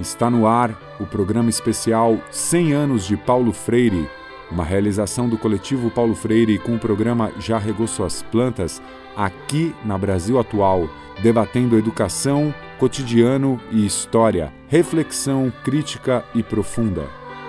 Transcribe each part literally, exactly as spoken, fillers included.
Está no ar o programa especial cem anos de Paulo Freire, uma realização do coletivo Paulo Freire com o programa Já Regou Suas Plantas, aqui na Brasil Atual, debatendo educação, cotidiano e história, reflexão crítica e profunda.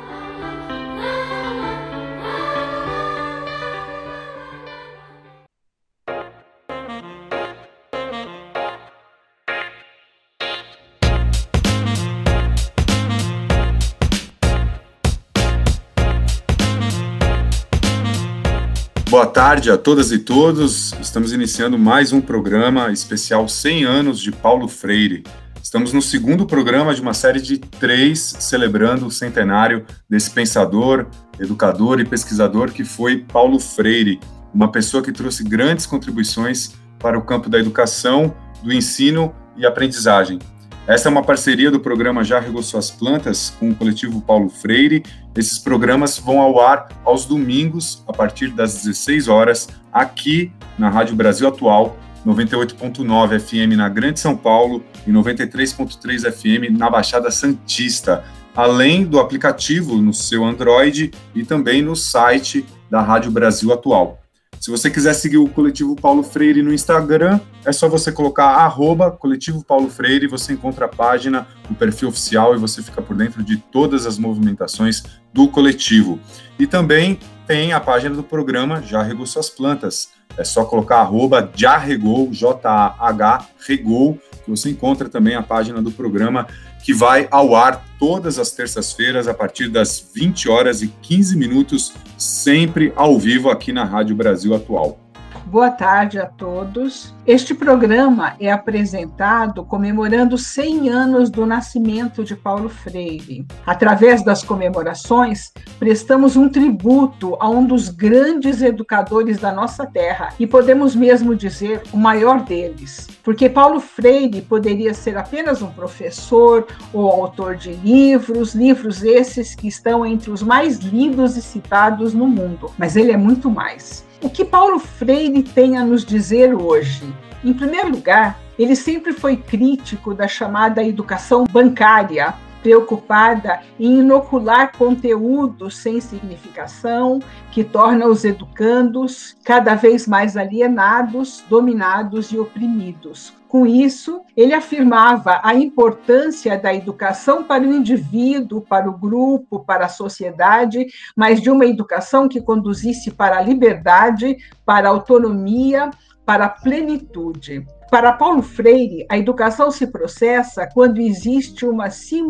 Boa tarde a todas e todos. Estamos iniciando mais um programa especial cem anos de Paulo Freire. Estamos no segundo programa de uma série de três celebrando o centenário desse pensador, educador e pesquisador que foi Paulo Freire, uma pessoa que trouxe grandes contribuições para o campo da educação, do ensino e aprendizagem. Essa é uma parceria do programa Já Regou Suas Plantas com o coletivo Paulo Freire. Esses programas vão ao ar aos domingos, a partir das dezesseis horas, aqui na Rádio Brasil Atual, noventa e oito ponto nove F M na Grande São Paulo e noventa e três ponto três F M na Baixada Santista, além do aplicativo no seu Android e também no site da Rádio Brasil Atual. Se você quiser seguir o Coletivo Paulo Freire no Instagram, é só você colocar arroba Coletivo Paulo Freire, você encontra a página, o perfil oficial e você fica por dentro de todas as movimentações do coletivo. E também tem a página do programa Já Regou Suas Plantas. É só colocar arroba Já Regou, J A H, Regou, que você encontra também a página do programa que vai ao ar todas as terças-feiras a partir das vinte horas e quinze minutos, sempre ao vivo aqui na Rádio Brasil Atual. Boa tarde a todos. Este programa é apresentado comemorando cem anos do nascimento de Paulo Freire. Através das comemorações, prestamos um tributo a um dos grandes educadores da nossa terra e podemos mesmo dizer o maior deles, porque Paulo Freire poderia ser apenas um professor ou autor de livros, livros esses que estão entre os mais lidos e citados no mundo, mas ele é muito mais. O que Paulo Freire tem a nos dizer hoje? Em primeiro lugar, ele sempre foi crítico da chamada educação bancária, preocupada em inocular conteúdos sem significação, que torna os educandos cada vez mais alienados, dominados e oprimidos. Com isso, ele afirmava a importância da educação para o indivíduo, para o grupo, para a sociedade, mas de uma educação que conduzisse para a liberdade, para a autonomia, para a plenitude. Para Paulo Freire, a educação se processa quando existe uma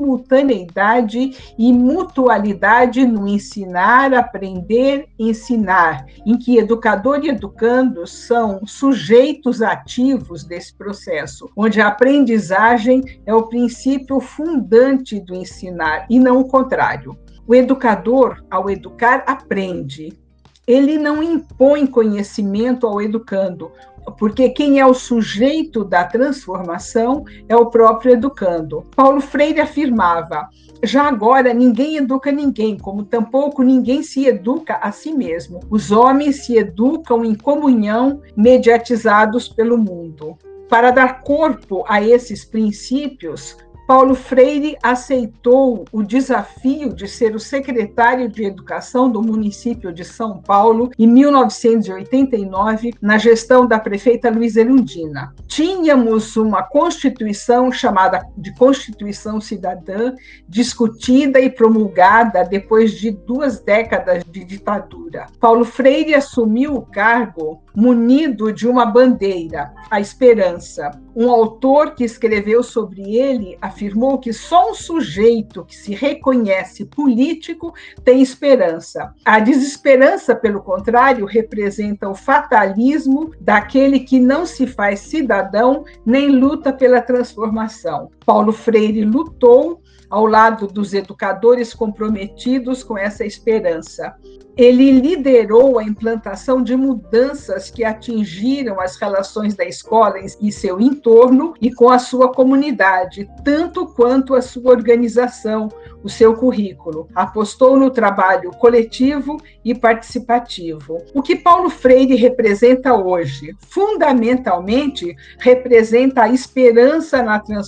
simultaneidade e mutualidade no ensinar, aprender, ensinar, em que educador e educando são sujeitos ativos desse processo, onde a aprendizagem é o princípio fundante do ensinar e não o contrário. O educador, ao educar, aprende. Ele não impõe conhecimento ao educando, porque quem é o sujeito da transformação é o próprio educando. Paulo Freire afirmava: já agora ninguém educa ninguém, como tampouco ninguém se educa a si mesmo. Os homens se educam em comunhão, mediatizados pelo mundo. Para dar corpo a esses princípios, Paulo Freire aceitou o desafio de ser o secretário de Educação do município de São Paulo em mil novecentos e oitenta e nove, na gestão da prefeita Luísa Erundina. Tínhamos uma Constituição chamada de Constituição Cidadã, discutida e promulgada depois de duas décadas de ditadura. Paulo Freire assumiu o cargo munido de uma bandeira, a esperança. Um autor que escreveu sobre ele afirmou que só um sujeito que se reconhece político tem esperança. A desesperança, pelo contrário, representa o fatalismo daquele que não se faz cidadão nem luta pela transformação. Paulo Freire lutou ao lado dos educadores comprometidos com essa esperança. Ele liderou a implantação de mudanças que atingiram as relações da escola e seu entorno e com a sua comunidade, tanto quanto a sua organização, o seu currículo. Apostou no trabalho coletivo e participativo. O que Paulo Freire representa hoje? Fundamentalmente, representa a esperança na transformação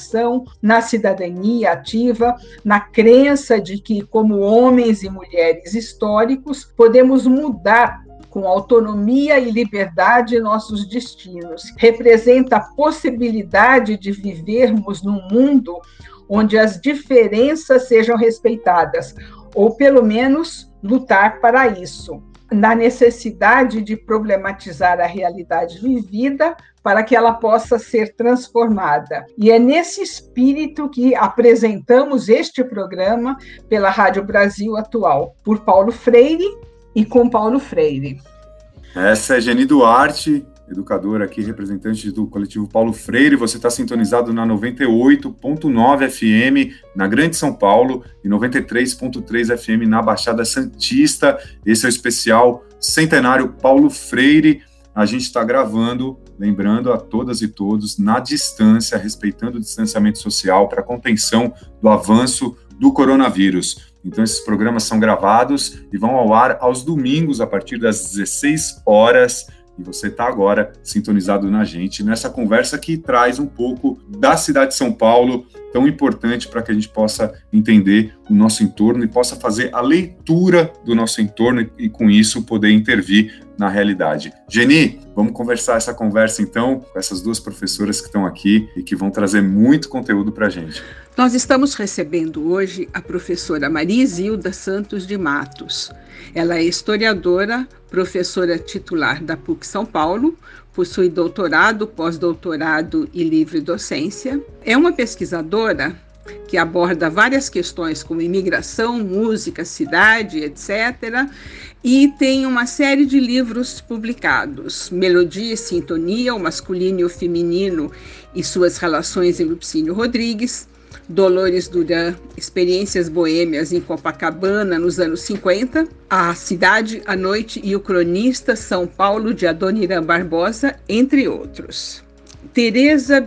participação, na cidadania ativa, na crença de que, como homens e mulheres históricos, podemos mudar com autonomia e liberdade nossos destinos. Representa a possibilidade de vivermos num mundo onde as diferenças sejam respeitadas, ou pelo menos lutar para isso, na necessidade de problematizar a realidade vivida para que ela possa ser transformada. E é nesse espírito que apresentamos este programa pela Rádio Brasil Atual, por Paulo Freire e com Paulo Freire. Essa é Geni Duarte, educadora aqui, representante do coletivo Paulo Freire. Você está sintonizado na noventa e oito ponto nove F M na Grande São Paulo e noventa e três ponto três F M na Baixada Santista. Esse é o especial Centenário Paulo Freire. A gente está gravando, lembrando a todas e todos, na distância, respeitando o distanciamento social para a contenção do avanço do coronavírus. Então, esses programas são gravados e vão ao ar aos domingos, a partir das dezesseis horas, e você está agora sintonizado na gente, nessa conversa que traz um pouco da cidade de São Paulo, tão importante para que a gente possa entender o nosso entorno e possa fazer a leitura do nosso entorno e, e com isso, poder intervir na realidade. Geni, vamos conversar essa conversa, então, com essas duas professoras que estão aqui e que vão trazer muito conteúdo para a gente. Nós estamos recebendo hoje a professora Maria Isilda Santos de Matos. Ela é historiadora, professora titular da P U C São Paulo, possui doutorado, pós-doutorado e livre docência. É uma pesquisadora que aborda várias questões como imigração, música, cidade, etcétera. E tem uma série de livros publicados: Melodia e Sintonia, o masculino e o feminino e suas relações em Lupicínio Rodrigues, Dolores Duran, Experiências Boêmias em Copacabana nos anos cinquenta, A Cidade, a Noite e o Cronista, São Paulo, de Adoniran Barbosa, entre outros. Tereza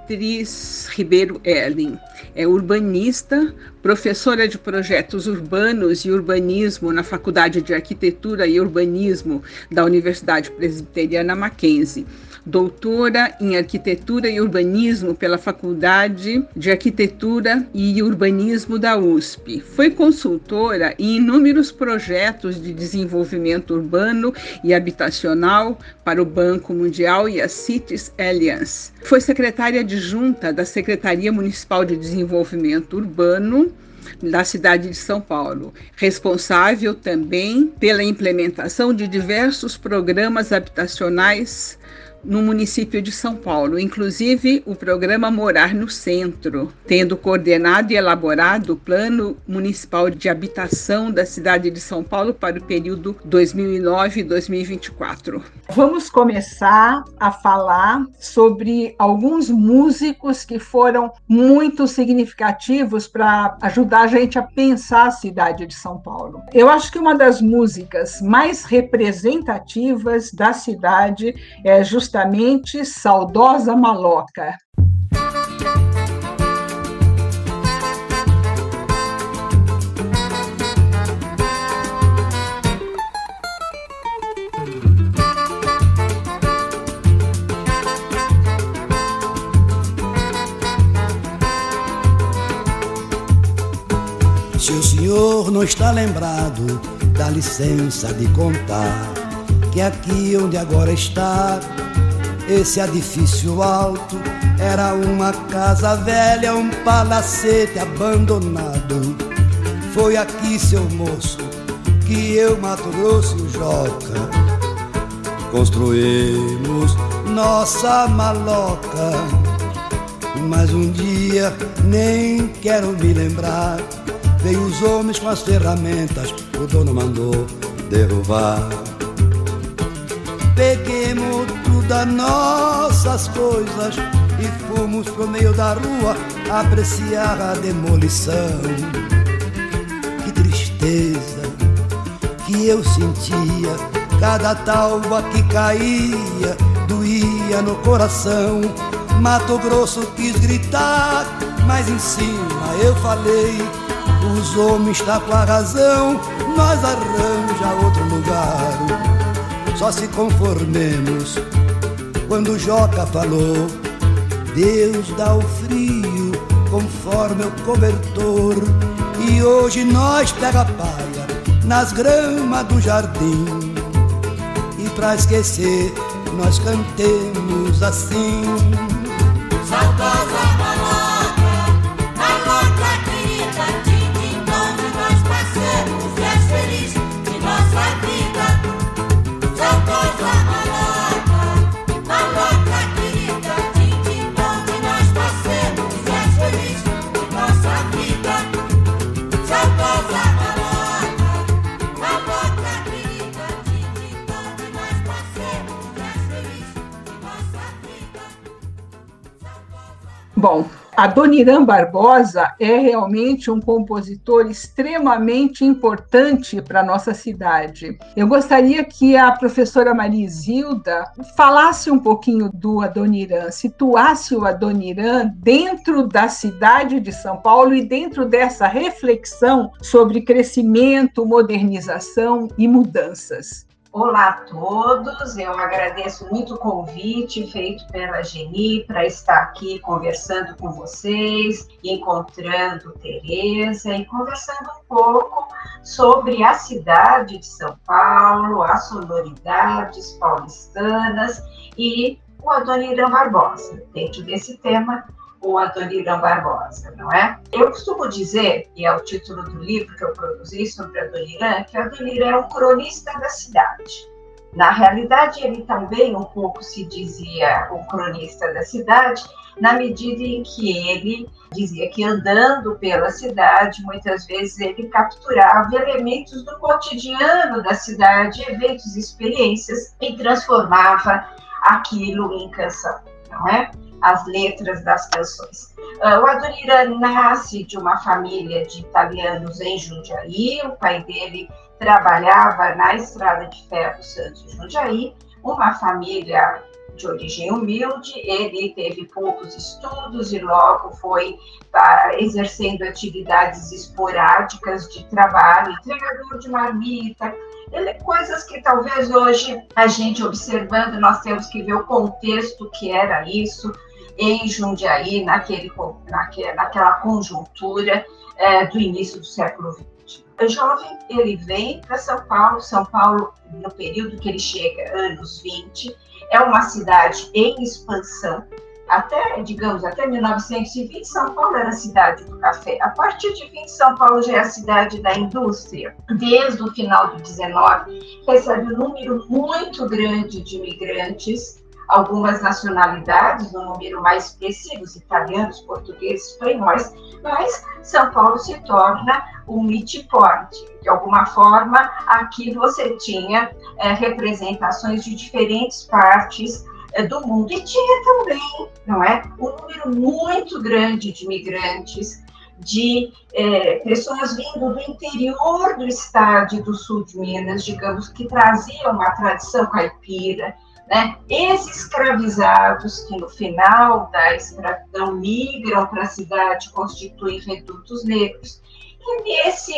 Beatriz Ribeiro Erling é urbanista, professora de projetos urbanos e urbanismo na Faculdade de Arquitetura e Urbanismo da Universidade Presbiteriana Mackenzie, doutora em Arquitetura e Urbanismo pela Faculdade de Arquitetura e Urbanismo da U S P. Foi consultora em inúmeros projetos de desenvolvimento urbano e habitacional para o Banco Mundial e a Cities Alliance. Foi secretária adjunta da Secretaria Municipal de Desenvolvimento Urbano da cidade de São Paulo, responsável também pela implementação de diversos programas habitacionais no município de São Paulo, inclusive o programa Morar no Centro, tendo coordenado e elaborado o Plano Municipal de Habitação da cidade de São Paulo para o período dois mil e nove a dois mil e vinte e quatro. Vamos começar a falar sobre alguns músicos que foram muito significativos para ajudar a gente a pensar a cidade de São Paulo. Eu acho que uma das músicas mais representativas da cidade é justamente Saudosa Maloca. Se o senhor não está lembrado, dá licença de contar que aqui onde agora está, esse edifício alto era uma casa velha, um palacete abandonado. Foi aqui, seu moço, que eu, Mato Grosso e o Joca construímos nossa maloca. Mas um dia, nem quero me lembrar, veio os homens com as ferramentas, o dono mandou derrubar. Peguemos todas nossas coisas e fomos pro meio da rua apreciar a demolição. Que tristeza que eu sentia, cada talva que caía doía no coração. Mato Grosso quis gritar, mas em cima eu falei: os homens tá com a razão, nós arranja outro lugar. Só se conformemos quando o Joca falou: Deus dá o frio, for meu cobertor. E hoje nós pega a palha nas gramas do jardim, e pra esquecer nós cantemos assim: saudosa maloca, maloca querida, tim, tim, onde nós passemos, és feliz de nossa vida. Saudosa maloca, maloca querida, tim, tim, onde nós passemos, és feliz de nossa vida. Saudosa maloca, maloca querida, tim, tim, onde nós passemos, és feliz de nossa vida. Bom, Adoniran Barbosa é realmente um compositor extremamente importante para a nossa cidade. Eu gostaria que a professora Maria Isilda falasse um pouquinho do Adoniran, situasse o Adoniran dentro da cidade de São Paulo e dentro dessa reflexão sobre crescimento, modernização e mudanças. Olá a todos, eu agradeço muito o convite feito pela Geni para estar aqui conversando com vocês, encontrando Tereza e conversando um pouco sobre a cidade de São Paulo, as sonoridades paulistanas e o Adoniran Barbosa, dentro desse tema, o Adoniran Barbosa, não é? Eu costumo dizer, e é o título do livro que eu produzi sobre Adoniran, que Adoniran é um cronista da cidade. Na realidade, ele também um pouco se dizia um cronista da cidade, na medida em que ele dizia que andando pela cidade, muitas vezes ele capturava elementos do cotidiano da cidade, eventos, experiências, e transformava aquilo em canção, não é? As letras das canções. Uh, o Adoniran nasce de uma família de italianos em Jundiaí, o pai dele trabalhava na Estrada de Ferro Santos-Jundiaí, uma família de origem humilde, ele teve poucos estudos e logo foi uh, exercendo atividades esporádicas de trabalho, entregador de marmita, ele, coisas que talvez hoje a gente observando, nós temos que ver o contexto que era isso, em Jundiaí, naquele, naquele, naquela conjuntura é, do início do século vinte. O jovem, ele vem para São Paulo, São Paulo, no período que ele chega, anos vinte, é uma cidade em expansão, até, digamos, até mil novecentos e vinte, São Paulo era a cidade do café. A partir de vinte, São Paulo já é a cidade da indústria. Desde o final do dezenove, recebe um número muito grande de imigrantes, algumas nacionalidades, um número mais expressivo, os italianos, portugueses, espanhóis, mas São Paulo se torna um mitiporte. De alguma forma, aqui você tinha é, representações de diferentes partes é, do mundo, e tinha também, não é, um número muito grande de imigrantes, de é, pessoas vindo do interior do estado e do sul de Minas, digamos, que traziam uma tradição caipira, né? Ex-escravizados que no final da escravidão migram para a cidade, constituem redutos negros. E nesse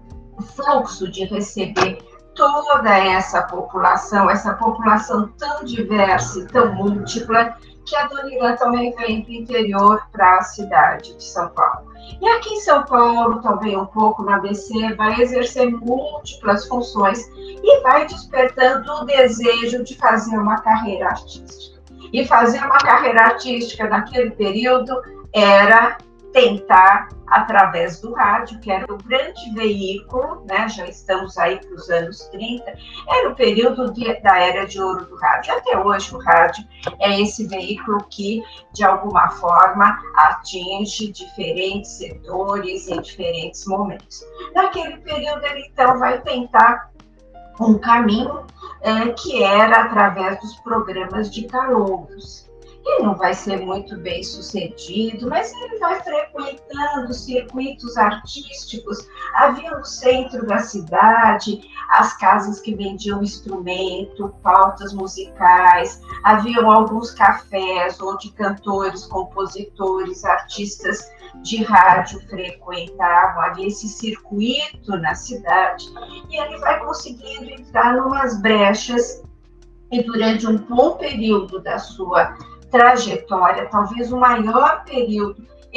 fluxo de receber toda essa população, essa população tão diversa e tão múltipla, que a Adoniran também vem do interior para a cidade de São Paulo. E aqui em São Paulo, também um pouco na A B C, vai exercer múltiplas funções e vai despertando o desejo de fazer uma carreira artística. E fazer uma carreira artística naquele período era tentar, através do rádio, que era o grande veículo, né? Já estamos aí para os anos trinta, era o período de, da era de ouro do rádio. Até hoje o rádio é esse veículo que, de alguma forma, atinge diferentes setores em diferentes momentos. Naquele período ele, então, vai tentar um caminho é, que era através dos programas de calouros. Ele não vai ser muito bem sucedido, mas ele vai frequentando circuitos artísticos. Havia no centro da cidade as casas que vendiam instrumento, pautas musicais, haviam alguns cafés onde cantores, compositores, artistas de rádio frequentavam, havia esse circuito na cidade, e ele vai conseguindo entrar em umas brechas, e durante um bom período da sua trajetória, talvez o maior período,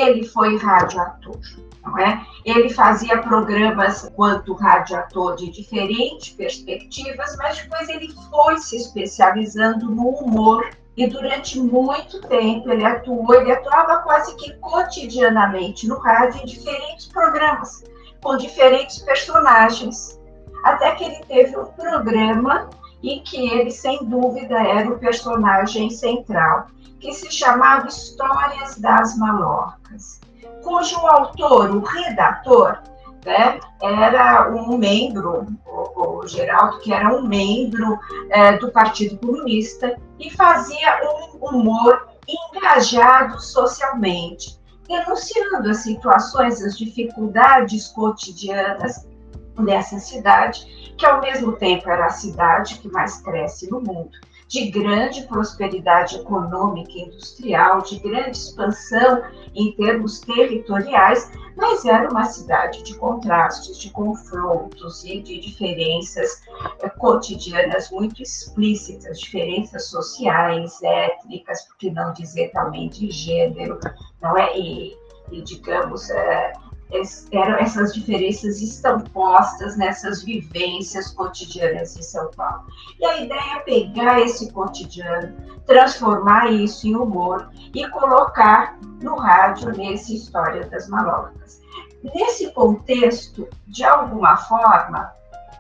ele foi radioator, não é? Ele fazia programas quanto radioator de diferentes perspectivas, mas depois ele foi se especializando no humor. E durante muito tempo ele atuou, ele atuava quase que cotidianamente no rádio em diferentes programas, com diferentes personagens. Até que ele teve um programa em que ele, sem dúvida, era o personagem central, que se chamava Histórias das Malocas, cujo autor, o redator, né, era um membro, o, o Geraldo, que era um membro é, do Partido Comunista, e fazia um humor engajado socialmente, denunciando as situações, as dificuldades cotidianas dessa cidade, que ao mesmo tempo era a cidade que mais cresce no mundo, de grande prosperidade econômica e industrial, de grande expansão em termos territoriais, mas era uma cidade de contrastes, de confrontos e de diferenças eh, cotidianas muito explícitas, diferenças sociais, étnicas, por que não dizer também de gênero, não é? E, e digamos, eh, eram, essas diferenças estão postas nessas vivências cotidianas de São Paulo. E a ideia é pegar esse cotidiano, transformar isso em humor e colocar no rádio nesse História das Malocas. Nesse contexto, de alguma forma,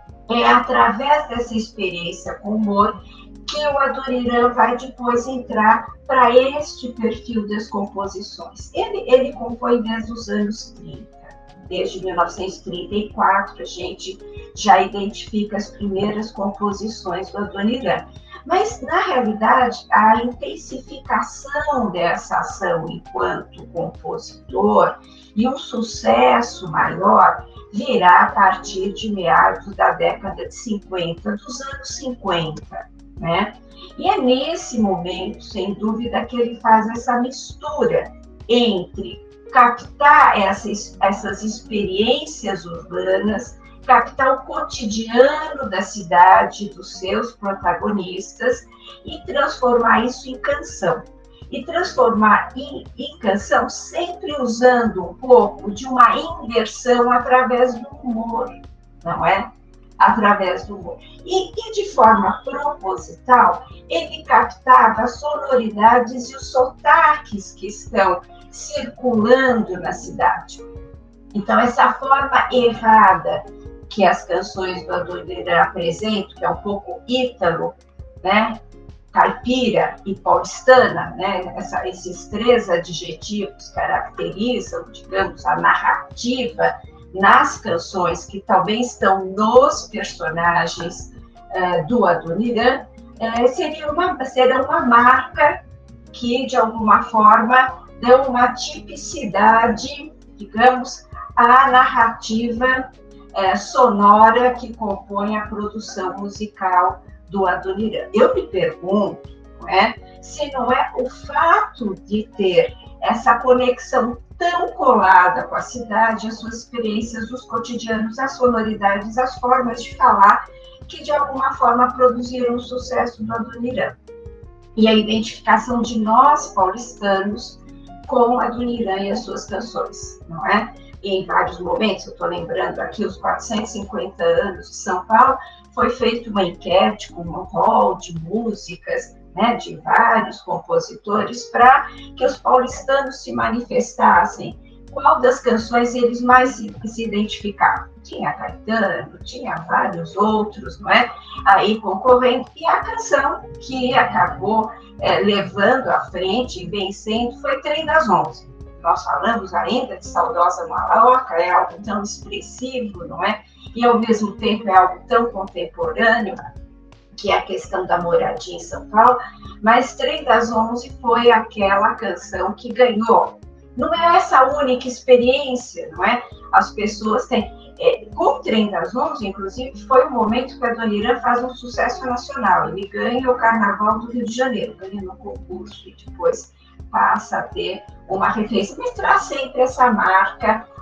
é através dessa experiência com humor que o Adoniran vai depois entrar para este perfil das composições. Ele, ele compõe desde os anos trinta. Desde mil novecentos e trinta e quatro, a gente já identifica as primeiras composições do Adoniran. Mas, na realidade, a intensificação dessa ação enquanto compositor e um sucesso maior virá a partir de meados da década de cinquenta, dos anos cinquenta, né? E é nesse momento, sem dúvida, que ele faz essa mistura entre captar essas, essas experiências urbanas, captar o cotidiano da cidade, dos seus protagonistas, e transformar isso em canção. E transformar em, em canção sempre usando um pouco de uma inversão através do humor, não é? Através do humor. E, e de forma proposital, ele captava as sonoridades e os sotaques que estão circulando na cidade. Então, essa forma errada que as canções do Adoniran apresentam, que é um pouco ítalo, né, caipira e paulistana, né, essa, esses três adjetivos caracterizam, digamos, a narrativa nas canções que também estão nos personagens uh, do Adoniran, uh, seria uma, será uma marca que, de alguma forma, dão uma tipicidade, digamos, à narrativa é, sonora que compõe a produção musical do Adoniran. Eu me pergunto, não é, se não é o fato de ter essa conexão tão colada com a cidade, as suas experiências, os cotidianos, as sonoridades, as formas de falar, que de alguma forma produziram o sucesso do Adoniran. E a identificação de nós, paulistanos, com a Adoniran e as suas canções, não é? E em vários momentos, eu estou lembrando aqui os quatrocentos e cinquenta anos de São Paulo, foi feita uma enquete com um rol de músicas, né, de vários compositores, para que os paulistanos se manifestassem qual das canções eles mais se, se identificavam. Tinha Caetano, tinha vários outros, não é? Aí concorrendo, e a canção que acabou é, levando à frente e vencendo foi Trem das Onze. Nós falamos ainda de Saudosa Maloca, é algo tão expressivo, não é? E ao mesmo tempo é algo tão contemporâneo, que é a questão da moradia em São Paulo, mas Trem das Onze foi aquela canção que ganhou. Não é essa única experiência, não é? As pessoas têm... É, com o Trem das Onze, inclusive, foi o momento que a Adoniran faz um sucesso nacional. Ele ganha o Carnaval do Rio de Janeiro, ganha no concurso e depois passa a ter uma referência. Mas traz sempre essa marca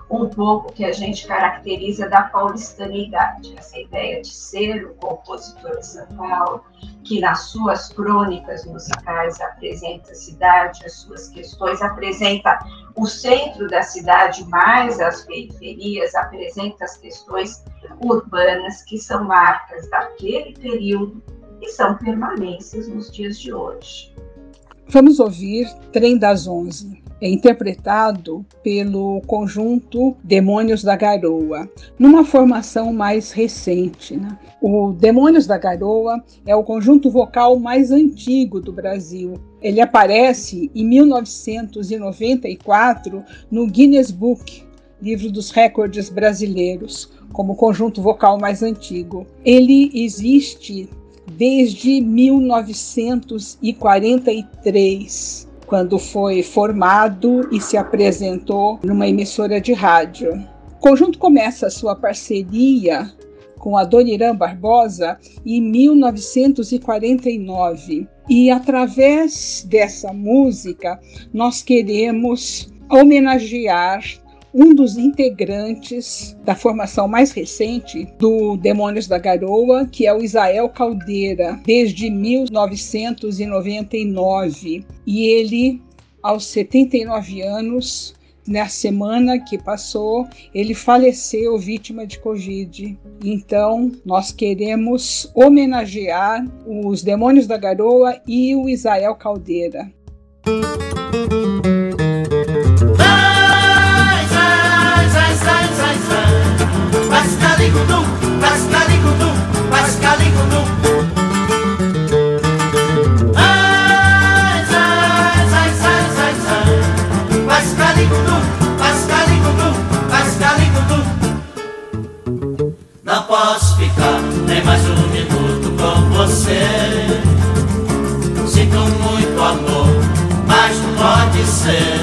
um pouco que a gente caracteriza da paulistanidade, essa ideia de ser o compositor de São Paulo, que nas suas crônicas musicais apresenta a cidade, as suas questões, apresenta o centro da cidade mais as periferias, apresenta as questões urbanas que são marcas daquele período e são permanências nos dias de hoje. Vamos ouvir Trem das Onze. É interpretado pelo conjunto Demônios da Garoa, numa formação mais recente, né? O Demônios da Garoa é o conjunto vocal mais antigo do Brasil. Ele aparece em mil novecentos e noventa e quatro no Guinness Book, livro dos recordes brasileiros, como conjunto vocal mais antigo. Ele existe desde mil novecentos e quarenta e três, quando foi formado e se apresentou numa emissora de rádio. O conjunto começa a sua parceria com Adoniran Barbosa em mil novecentos e quarenta e nove. E através dessa música nós queremos homenagear um dos integrantes da formação mais recente do Demônios da Garoa, que é o Isael Caldeira, desde mil novecentos e noventa e nove. E ele, aos setenta e nove anos, na semana que passou, ele faleceu vítima de Covid. Então, nós queremos homenagear os Demônios da Garoa e o Isael Caldeira. Não posso ficar nem mais um minuto com você. Sinto muito amor, mas não pode ser.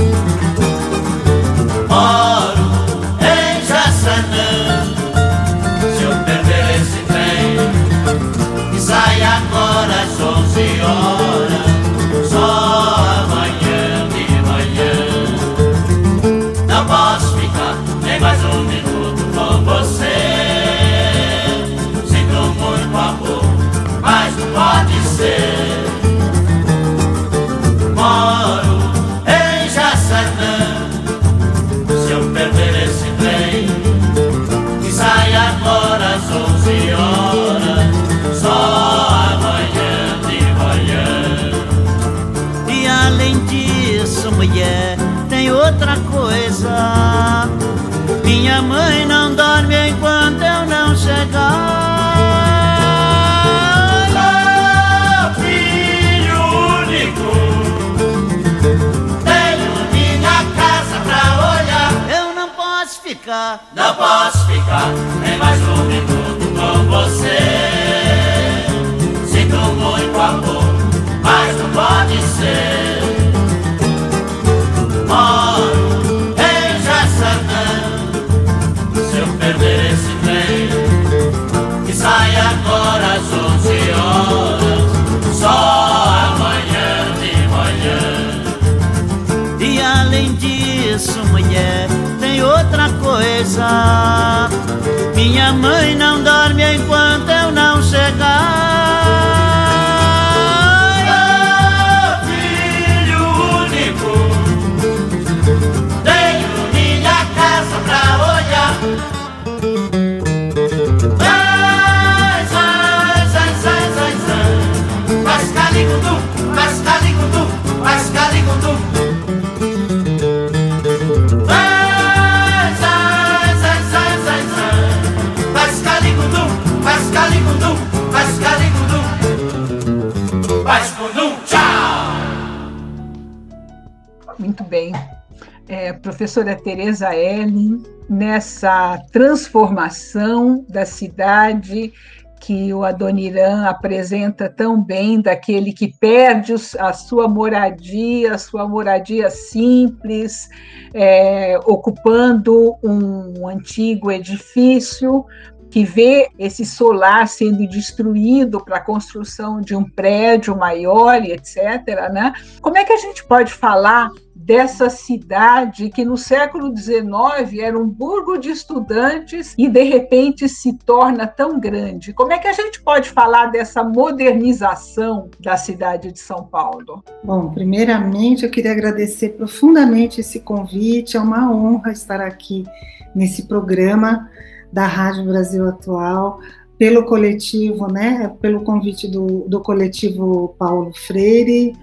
Moro em Jaçanã. Se eu perder esse trem, que sai agora às onze horas, só amanhã de manhã. Não posso ficar nem mais um minuto com você. Pode ser. Moro em Jaçanã. Se eu perder esse trem, que sai agora às onze horas, só amanhã de manhã. E além disso, mulher, tem outra coisa. Minha mãe não dorme enquanto eu não chegar. Não posso ficar nem mais um minuto com você. Sinto muito amor, mas não pode ser. Moro em Jaçanã. Se eu perder esse trem, que sai agora às onze horas, só amanhã de manhã. E além disso, mulher, tem outra coisa. Minha mãe não dorme enquanto eu não chegar. Oh, filho único, tenho minha casa pra olhar. Ai, ai, ai, ai, ai, ai. Pascaligudum, pascaligudum, pascaligudum. Muito bem. É, professora Tereza Ellen, nessa transformação da cidade que o Adoniran apresenta tão bem, daquele que perde a sua moradia, a sua moradia simples, é, ocupando um antigo edifício, que vê esse solar sendo destruído para a construção de um prédio maior, e etcétera, né? Como é que a gente pode falar dessa cidade que no século dezenove era um burgo de estudantes e de repente se torna tão grande? Como é que a gente pode falar dessa modernização da cidade de São Paulo? Bom, primeiramente eu queria agradecer profundamente esse convite, é uma honra estar aqui nesse programa da Rádio Brasil Atual, pelo coletivo, né, pelo convite do, do coletivo Paulo Freire,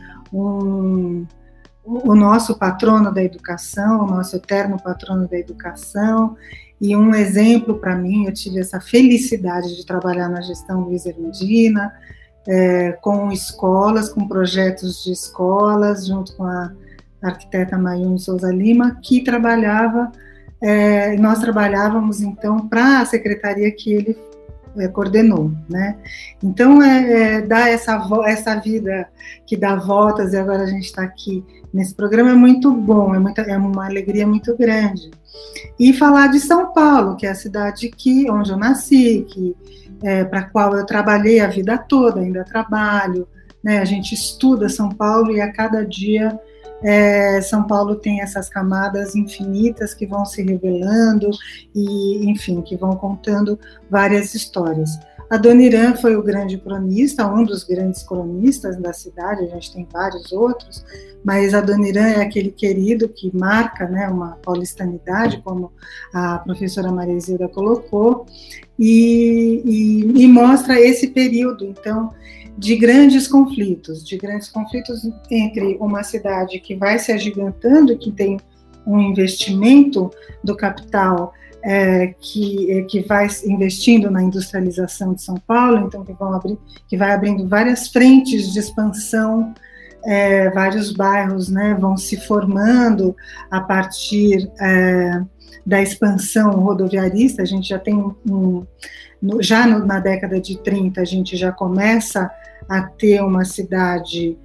um o nosso patrono da educação, o nosso eterno patrono da educação, e um exemplo para mim. Eu tive essa felicidade de trabalhar na gestão Luiz Erundina, é, com escolas, com projetos de escolas, junto com a arquiteta Mayune Souza Lima, que trabalhava, é, nós trabalhávamos então para a secretaria que ele é, coordenou, né? Então, é, é, dar essa, essa vida que dá voltas, e agora a gente está aqui nesse programa, é muito bom, é, muita, é uma alegria muito grande. E falar de São Paulo, que é a cidade que, onde eu nasci, que, é, para a qual eu trabalhei a vida toda, ainda trabalho, né? A gente estuda São Paulo e a cada dia é, São Paulo tem essas camadas infinitas que vão se revelando e, enfim, que vão contando várias histórias. A Dona Irã foi o grande cronista, um dos grandes cronistas da cidade, a gente tem vários outros, mas a Dona Irã é aquele querido que marca, né, uma paulistanidade, como a professora Maria Isilda colocou, e, e, e mostra esse período, então, de grandes conflitos, de grandes conflitos entre uma cidade que vai se agigantando, que tem um investimento do capital É, que, que vai investindo na industrialização de São Paulo, então que, vão abrir, que vai abrindo várias frentes de expansão, é, vários bairros, né, vão se formando a partir é, da expansão rodoviarista. A gente já tem, um, no, já no, na década de trinta, a gente já começa a ter uma cidade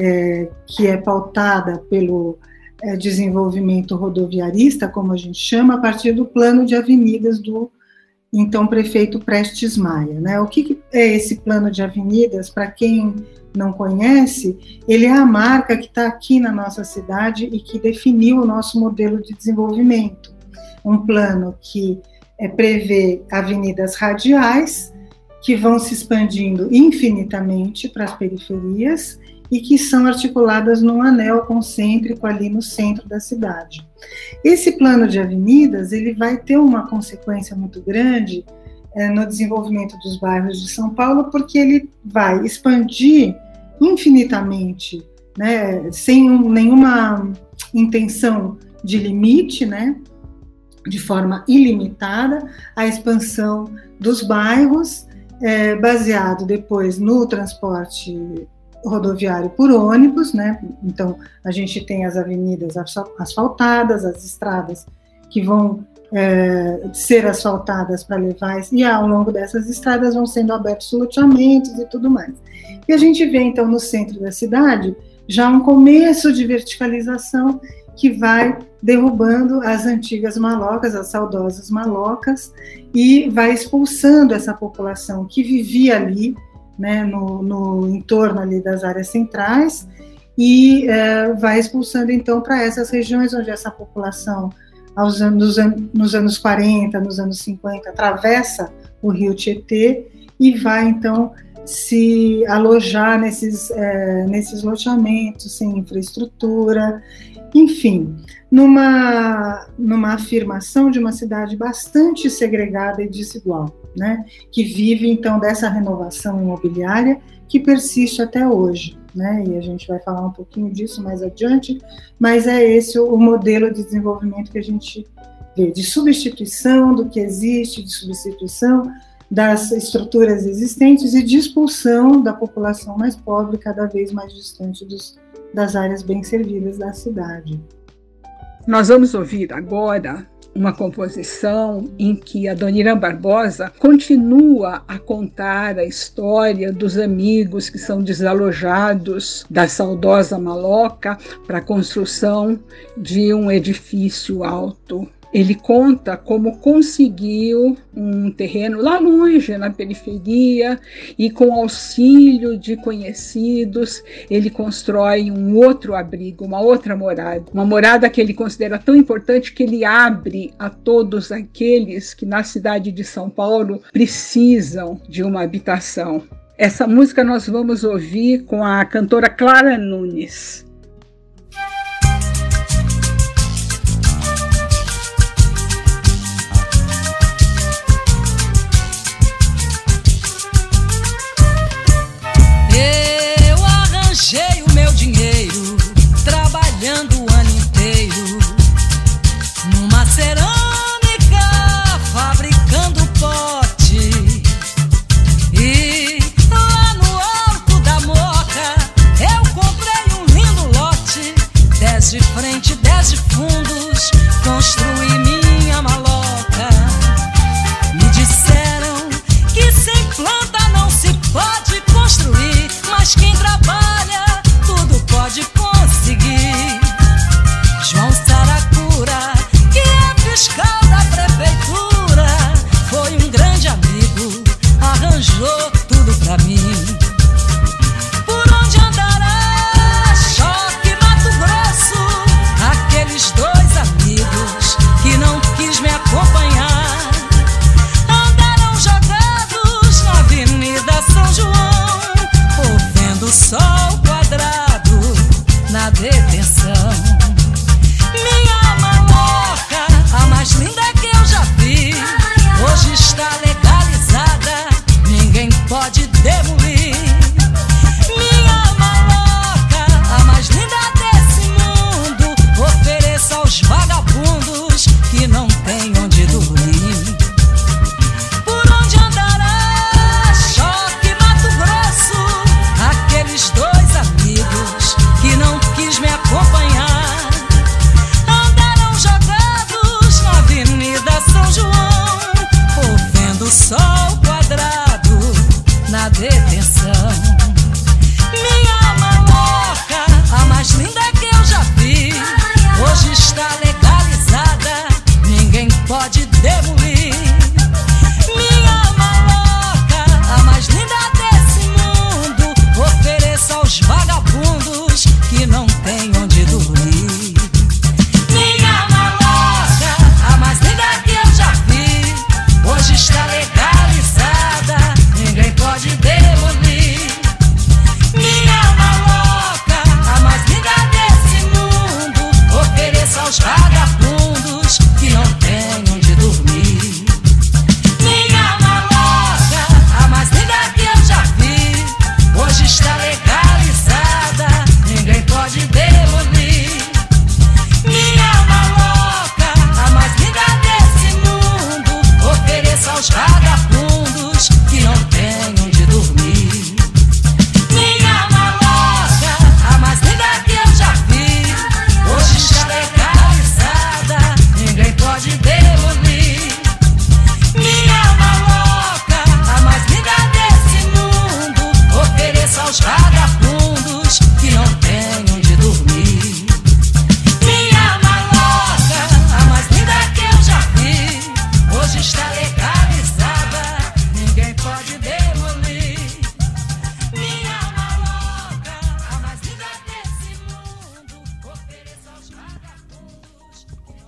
é, que é pautada pelo É, desenvolvimento rodoviarista, como a gente chama, a partir do plano de avenidas do então prefeito Prestes Maia, né? O que, que é esse plano de avenidas? Para quem não conhece, ele é a marca que está aqui na nossa cidade e que definiu o nosso modelo de desenvolvimento. Um plano que é, prevê avenidas radiais que vão se expandindo infinitamente para as periferias e que são articuladas num anel concêntrico ali no centro da cidade. Esse plano de avenidas, ele vai ter uma consequência muito grande é, no desenvolvimento dos bairros de São Paulo, porque ele vai expandir infinitamente, né, sem um, nenhuma intenção de limite, né, de forma ilimitada, a expansão dos bairros, é, baseado depois no transporte rodoviário por ônibus, né? Então a gente tem as avenidas asfaltadas, as estradas que vão é, ser asfaltadas para levar, e ao longo dessas estradas vão sendo abertos loteamentos e tudo mais. E a gente vê então no centro da cidade já um começo de verticalização que vai derrubando as antigas malocas, as saudosas malocas, e vai expulsando essa população que vivia ali, né, no, no entorno ali das áreas centrais, e é, vai expulsando então para essas regiões onde essa população, aos anos, nos anos quarenta, nos anos cinquenta, atravessa o rio Tietê e vai então se alojar nesses, é, nesses loteamentos sem infraestrutura, enfim, numa, numa afirmação de uma cidade bastante segregada e desigual, né, que vive, então, dessa renovação imobiliária que persiste até hoje, né, e a gente vai falar um pouquinho disso mais adiante, mas é esse o, o modelo de desenvolvimento que a gente vê, de substituição do que existe, de substituição das estruturas existentes e de expulsão da população mais pobre, cada vez mais distante dos, das áreas bem servidas da cidade. Nós vamos ouvir agora uma composição em que a Dona Irã Barbosa continua a contar a história dos amigos que são desalojados da saudosa Maloca para a construção de um edifício alto. Ele conta como conseguiu um terreno lá longe, na periferia, e com auxílio de conhecidos, ele constrói um outro abrigo, uma outra morada. Uma morada que ele considera tão importante que ele abre a todos aqueles que na cidade de São Paulo precisam de uma habitação. Essa música nós vamos ouvir com a cantora Clara Nunes. Eu arranjei o meu dinheiro, trabalhando o ano inteiro, numa cerâmica, fabricando pote. E lá no alto da Moca, eu comprei um lindo lote, dez de frente, dez de fundos, construí minha maloca. Me disseram que sem planta não se pode construir, mas quem trabalha tudo pode conseguir. João Saracura, que é fiscal da prefeitura, foi um grande amigo, arranjou tudo pra mim. Por onde andará Choque, Mato Grosso, aqueles dois amigos que não quis me acompanhar, andaram jogados na Avenida São João, o sol quadrado na detenção. Minha maloca, a mais linda que eu já vi, hoje está legalizada, ninguém pode demolir. Minha maloca, a mais linda desse mundo, ofereça aos vagabundos que não tem onde dormir. Por onde andará Choque, Mato Grosso, aqueles dois amigos que não quis me acompanhar, andaram jogados na Avenida São João, vendo o sol quadrado na detenção. Minha maloca, a mais linda que eu já vi, hoje está legalizada, ninguém pode demolir. Minha maloca, a mais linda desse mundo, ofereça aos vagabundos que não tem onde dormir. Minha maloca, a mais linda que eu já vi, hoje está legalizada, ninguém pode demolir. Minha maloca, a mais linda desse mundo, ofereça aos vagabundos que não tem onde dormir. Minha maloca, a mais linda que eu já vi, hoje está legalizada, ninguém pode demolir. Minha maloca, a mais linda desse mundo, ofereça aos vagabundos que não tem onde dormir. Minha maloca, a mais linda que eu já vi, hoje está legalizada, ninguém pode demolir. Minha maloca, a mais linda desse mundo, ofereça aos vagabundos que não tem onde dormir. Minha maloca, a mais linda que eu já vi, hoje está legalizada, ninguém pode demolir. Minha maloca, a mais linda desse mundo, ofereça aos vagabundos.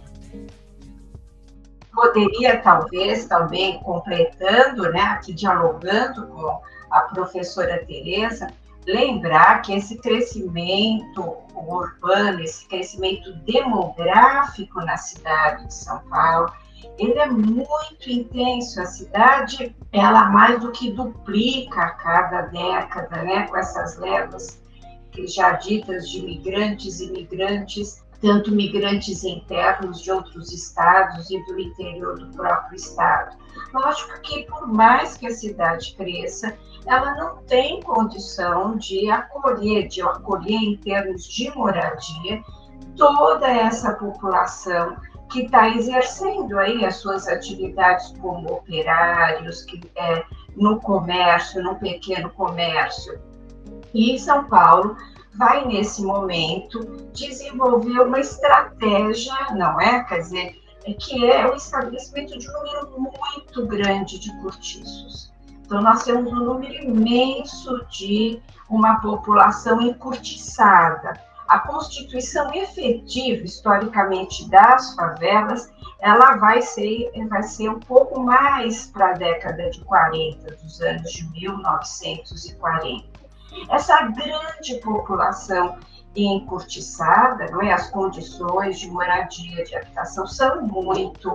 Poderia, talvez, também completando, né, aqui dialogando com a professora Tereza, lembrar que esse crescimento urbano, esse crescimento demográfico na cidade de São Paulo, ele é muito intenso. A cidade, ela mais do que duplica a cada década, né, com essas levas que já ditas de migrantes e imigrantes, tanto migrantes internos de outros estados e do interior do próprio estado. Lógico que, por mais que a cidade cresça, ela não tem condição de acolher, de acolher em termos de moradia, toda essa população que está exercendo aí as suas atividades como operários, que, é, no comércio, no pequeno comércio. E São Paulo vai, nesse momento, desenvolver uma estratégia, não é? Quer dizer, que é o estabelecimento de um número muito grande de cortiços. Então, nós temos um número imenso de uma população encurtiçada. A constituição efetiva, historicamente, das favelas, ela vai ser, vai ser um pouco mais para a década de quarenta, dos anos de mil novecentos e quarenta. Essa grande população encurtiçada, não é? As condições de moradia, de habitação são muito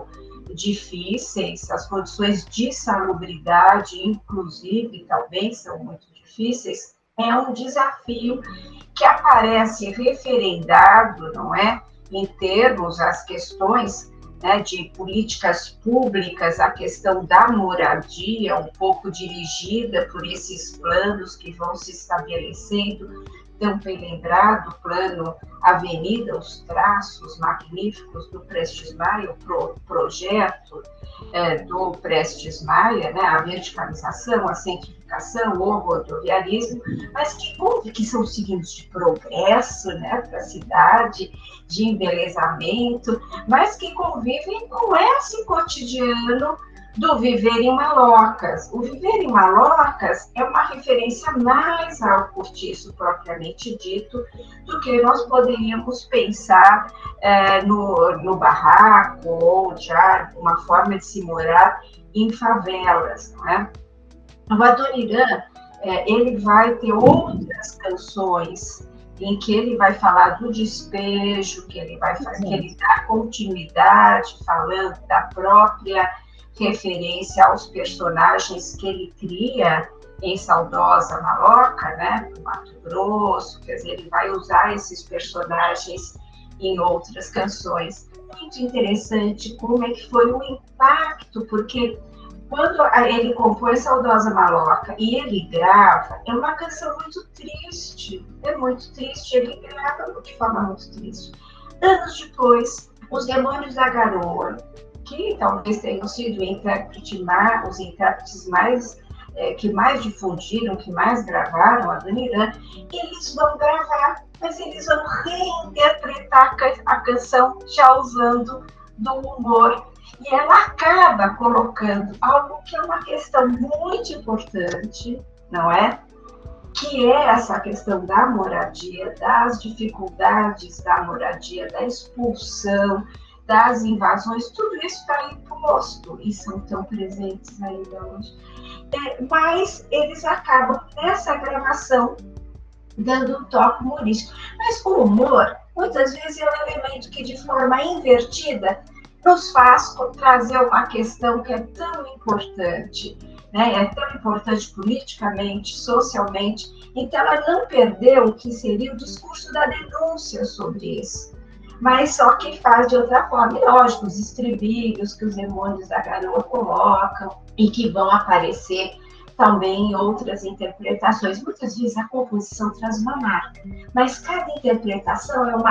difíceis, as condições de salubridade, inclusive, também são muito difíceis. É um desafio que aparece referendado, não é? Em termos, as questões, né, de políticas públicas, a questão da moradia, um pouco dirigida por esses planos que vão se estabelecendo. Tão bem lembrado, o plano Avenida, os traços magníficos do Prestes Maia, o pro, projeto é, do Prestes Maia, né, a verticalização, a centrificação, o rodoviarismo, mas que, que são signos de progresso, né, para a cidade, de embelezamento, mas que convivem com esse cotidiano do viver em Malocas. O viver em Malocas é uma referência mais ao cortiço propriamente dito do que nós poderíamos pensar é, no, no barraco ou já uma forma de se morar em favelas, não é? O Adoniran, é, ele vai ter outras canções em que ele vai falar do despejo, que ele vai fazer, que ele dá continuidade falando da própria referência aos personagens que ele cria em Saudosa Maloca, né, do Mato Grosso, quer dizer, ele vai usar esses personagens em outras canções. Muito interessante como é que foi o impacto, porque quando ele compõe Saudosa Maloca e ele grava, é uma canção muito triste, é muito triste, ele grava de forma muito triste. Anos depois, Os Demônios da Garoa, que talvez tenham sido intérprete mais, os intérpretes mais, é, que mais difundiram, que mais gravaram a Adoniran, eles vão gravar, mas eles vão reinterpretar a canção já usando do humor. E ela acaba colocando algo que é uma questão muito importante, não é? Que é essa questão da moradia, das dificuldades da moradia, da expulsão, das invasões, tudo isso está imposto e são tão presentes ainda hoje. É, mas eles acabam, nessa gravação, dando um toque humorístico. Mas o humor, muitas vezes, é um elemento que, de forma invertida, nos faz trazer uma questão que é tão importante, né? É tão importante politicamente, socialmente, então ela não perdeu o que seria o discurso da denúncia sobre isso. Mas só que faz de outra forma. E lógico, os estribilhos que os Demônios da Garoa colocam e que vão aparecer também em outras interpretações. Muitas vezes a composição traz uma marca, mas cada interpretação é uma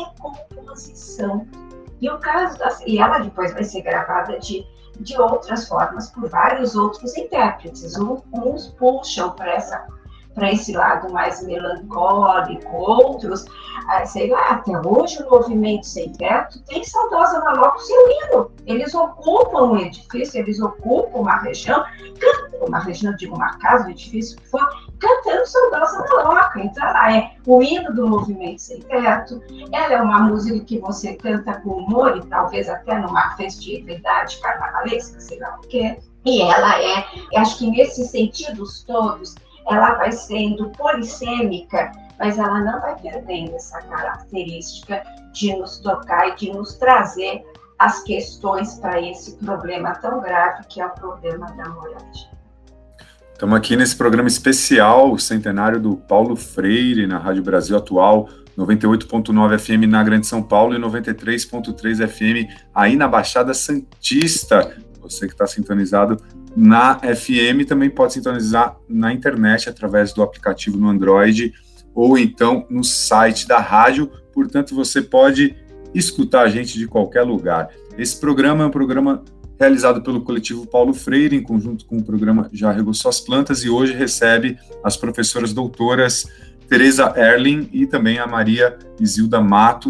recomposição. E o caso da, e ela depois vai ser gravada de, de outras formas por vários outros intérpretes. Um, uns puxam para essa para esse lado mais melancólico, outros, sei lá, até hoje o Movimento Sem Teto tem Saudosa Maloca, seu hino. Eles ocupam um edifício, eles ocupam uma região, uma região, digo, uma casa, um edifício que foi, cantando Saudosa Maloca. Então ela é o hino do Movimento Sem Teto, ela é uma música que você canta com humor e talvez até numa festividade carnavalesca, sei lá o quê. E ela é, acho que nesses sentidos todos, ela vai sendo polissêmica, mas ela não vai perdendo essa característica de nos tocar e de nos trazer as questões para esse problema tão grave que é o problema da moradia. Estamos aqui nesse programa especial, o centenário do Paulo Freire, na Rádio Brasil Atual, noventa e oito ponto nove F M na Grande São Paulo e noventa e três ponto três F M aí na Baixada Santista. Você que está sintonizado na F M também pode sintonizar na internet através do aplicativo no Android ou então no site da rádio, portanto você pode escutar a gente de qualquer lugar. Esse programa é um programa realizado pelo coletivo Paulo Freire, em conjunto com o programa Já Regou Suas Plantas, e hoje recebe as professoras doutoras Tereza Erling e também a Maria Isilda Matos,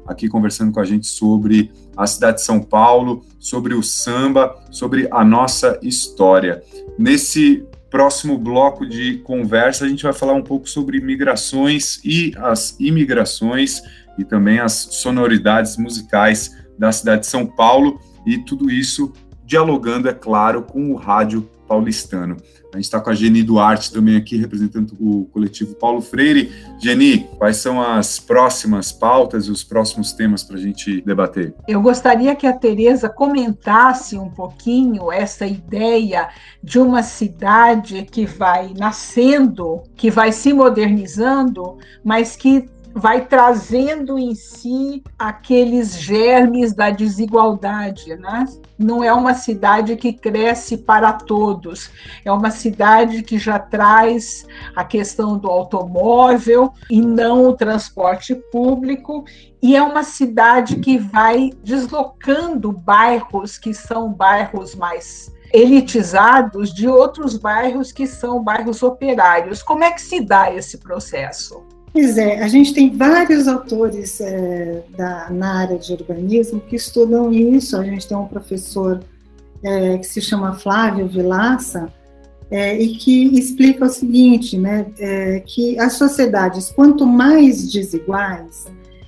aqui conversando com a gente sobre a cidade de São Paulo, sobre o samba, sobre a nossa história. Nesse próximo bloco de conversa, a gente vai falar um pouco sobre migrações e as imigrações e também as sonoridades musicais da cidade de São Paulo, e tudo isso dialogando, é claro, com o rádio paulistano. A gente está com a Geni Duarte também aqui, representando o coletivo Paulo Freire. Geni, quais são as próximas pautas e os próximos temas para a gente debater? Eu gostaria que a Tereza comentasse um pouquinho essa ideia de uma cidade que vai nascendo, que vai se modernizando, mas que vai trazendo em si aqueles germes da desigualdade, né? Não é uma cidade que cresce para todos, é uma cidade que já traz a questão do automóvel e não o transporte público, e é uma cidade que vai deslocando bairros que são bairros mais elitizados de outros bairros que são bairros operários. Como é que se dá esse processo? Pois é, a gente tem vários autores é, da, na área de urbanismo que estudam isso. A gente tem um professor é, que se chama Flávio Vilaça é, e que explica o seguinte, né, é, que as sociedades, quanto mais desiguais,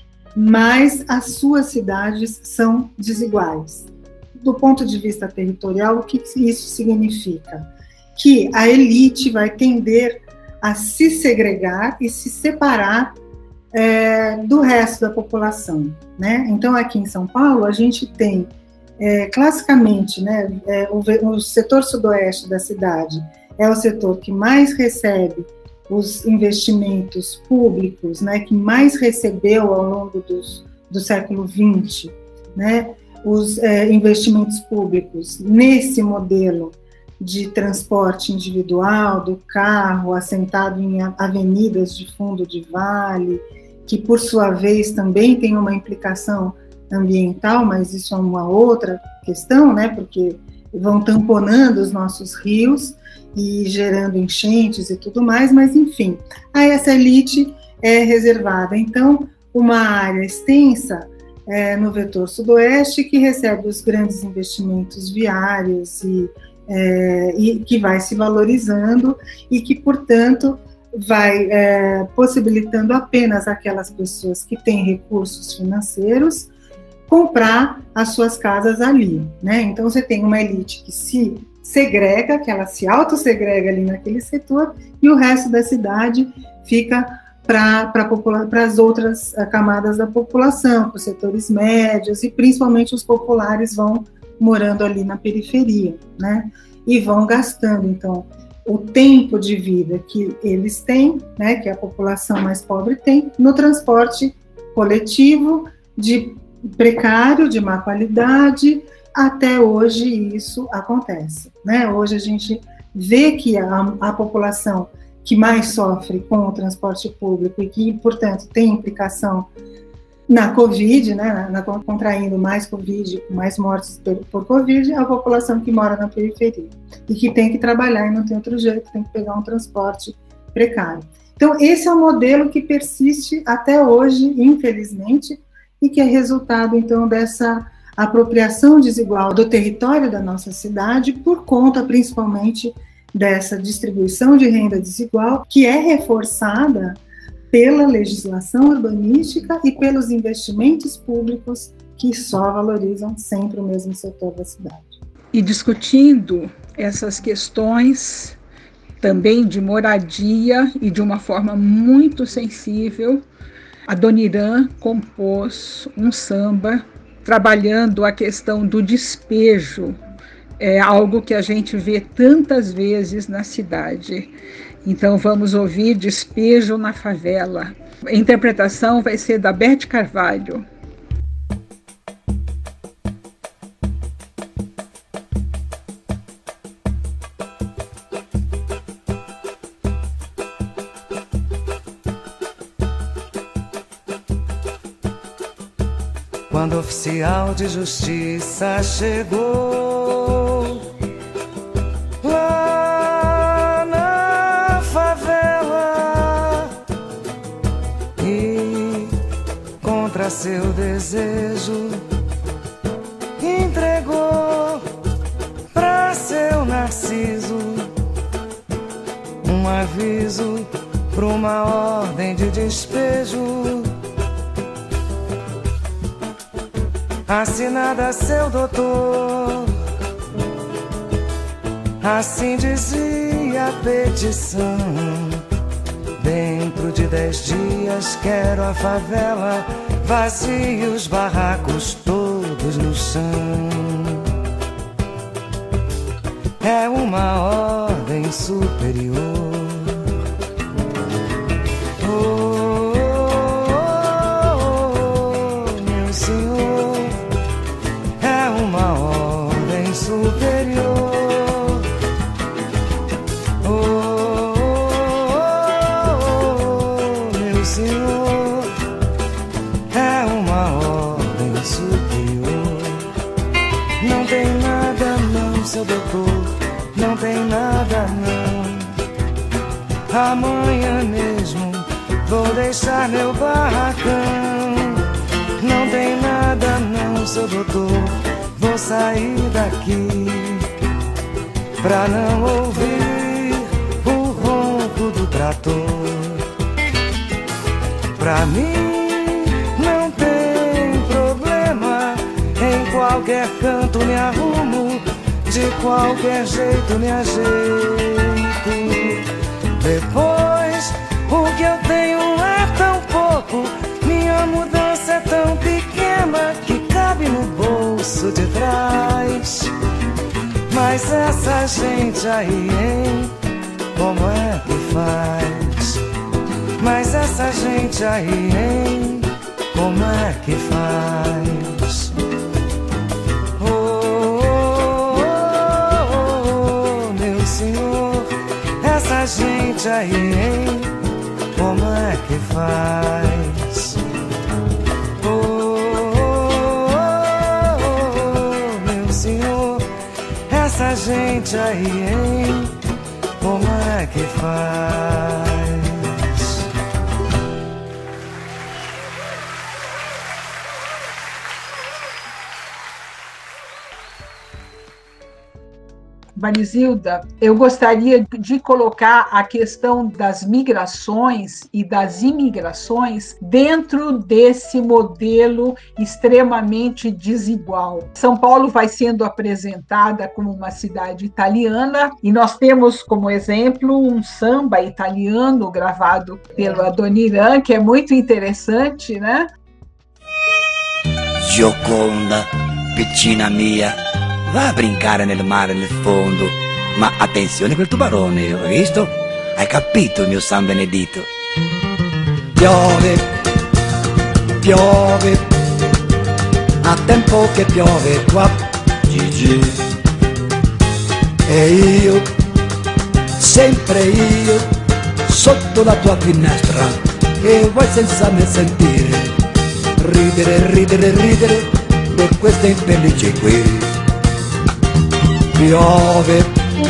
mais as suas cidades são desiguais. Do ponto de vista territorial, o que isso significa? Que a elite vai tender a se segregar e se separar é, do resto da população, né? Então, aqui em São Paulo, a gente tem, é, classicamente, né, é, o, o setor sudoeste da cidade é o setor que mais recebe os investimentos públicos, né, que mais recebeu ao longo dos, do século vinte, né, os é, investimentos públicos nesse modelo de transporte individual, do carro, assentado em avenidas de fundo de vale, que, por sua vez, também tem uma implicação ambiental, mas isso é uma outra questão, né, porque vão tamponando os nossos rios e gerando enchentes e tudo mais, mas, enfim, a essa elite é reservada, então, uma área extensa é, no vetor sudoeste que recebe os grandes investimentos viários e É, e que vai se valorizando e que, portanto, vai é, possibilitando apenas aquelas pessoas que têm recursos financeiros comprar as suas casas ali, né? Então, você tem uma elite que se segrega, que ela se autossegrega ali naquele setor, e o resto da cidade fica para para as outras camadas da população, para os setores médios, e principalmente os populares vão morando ali na periferia, né, e vão gastando, então, o tempo de vida que eles têm, né, que a população mais pobre tem, no transporte coletivo, de precário, de má qualidade. Até hoje isso acontece, né, hoje a gente vê que a, a população que mais sofre com o transporte público e que, portanto, tem implicação na Covid, né, na, contraindo mais Covid, mais mortes por, por Covid, é a população que mora na periferia e que tem que trabalhar e não tem outro jeito, tem que pegar um transporte precário. Então, esse é um modelo que persiste até hoje, infelizmente, e que é resultado, então, dessa apropriação desigual do território da nossa cidade por conta, principalmente, dessa distribuição de renda desigual, que é reforçada pela legislação urbanística e pelos investimentos públicos que só valorizam sempre o mesmo setor da cidade. E discutindo essas questões também de moradia e de uma forma muito sensível, a Dona Irã compôs um samba trabalhando a questão do despejo, é algo que a gente vê tantas vezes na cidade. Então vamos ouvir Despejo na Favela. A interpretação vai ser da Beth Carvalho. Quando o oficial de justiça chegou lá na favela e com contra seu desejo, entregou pra seu Narciso um aviso pra uma ordem de despejo, assinada seu doutor. Assim dizia a petição: dentro de dez dias quero a favela vazia e os barracos todos no chão. É uma ordem superior. Oh, oh, oh, meu senhor, é uma ordem superior. Seu doutor, não tem nada não. Amanhã mesmo vou deixar meu barracão. Não tem nada não, seu doutor, vou sair daqui pra não ouvir o ronco do trator. Pra mim não tem problema, em qualquer canto me arrumo, de qualquer jeito me ajeito. Depois, o que eu tenho é tão pouco, minha mudança é tão pequena que cabe no bolso de trás. Mas essa gente aí, hein, como é que faz? Mas essa gente aí, hein, como é que faz? Essa gente aí, hein, como é que faz? Oh, oh, oh, oh, meu senhor, essa gente aí, hein, como é que faz? Marizilda, eu gostaria de colocar a questão das migrações e das imigrações dentro desse modelo extremamente desigual. São Paulo vai sendo apresentada como uma cidade italiana e nós temos como exemplo um samba italiano gravado pelo Adoniran, que é muito interessante, né? Gioconda, piccina mia, va a brincare nel mare nel fondo, ma attenzione quel tubarone, hai visto? Hai capito, mio San Benedito? Piove, piove, a tempo che piove qua, Gigi. E io, sempre io, sotto la tua finestra, e vuoi senza me sentire, ridere, ridere, ridere, per queste infelici qui. Piove,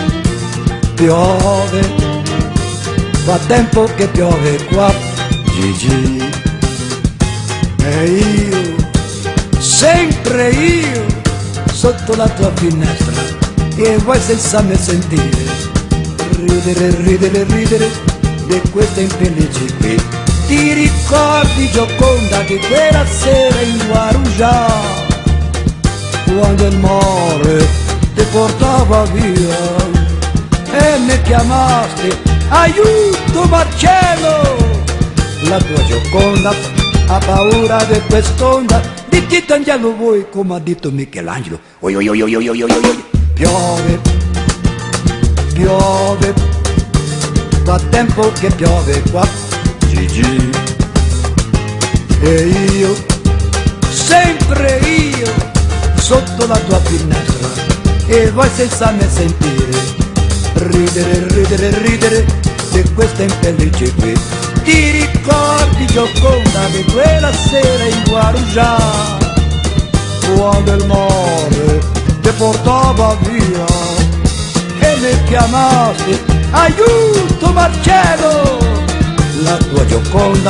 piove, fa tempo che piove qua, Gigi. E io, sempre io, sotto la tua finestra, e vuoi senza me sentire, ridere, ridere, ridere, di queste infelici qui. Ti ricordi, Gioconda, di quella sera in Guarujá, quando il mare ti portava via e mi chiamaste, aiuto Marcello, la tua Gioconda ha paura di quest'onda, di Titangelo vuoi come ha detto Michelangelo. Oi, oi, oi, oi, oi, oi, oi. Piove, piove, fa tempo che piove qua, Gigi. E io, sempre io, sotto la tua finestra, e vuoi senza me sentire, ridere, ridere, ridere, di questa infelice qui. Ti ricordi, Gioconda, di quella sera in Guarujá, quando il mare ti portava via e mi chiamaste, aiuto Marcello, la tua Gioconda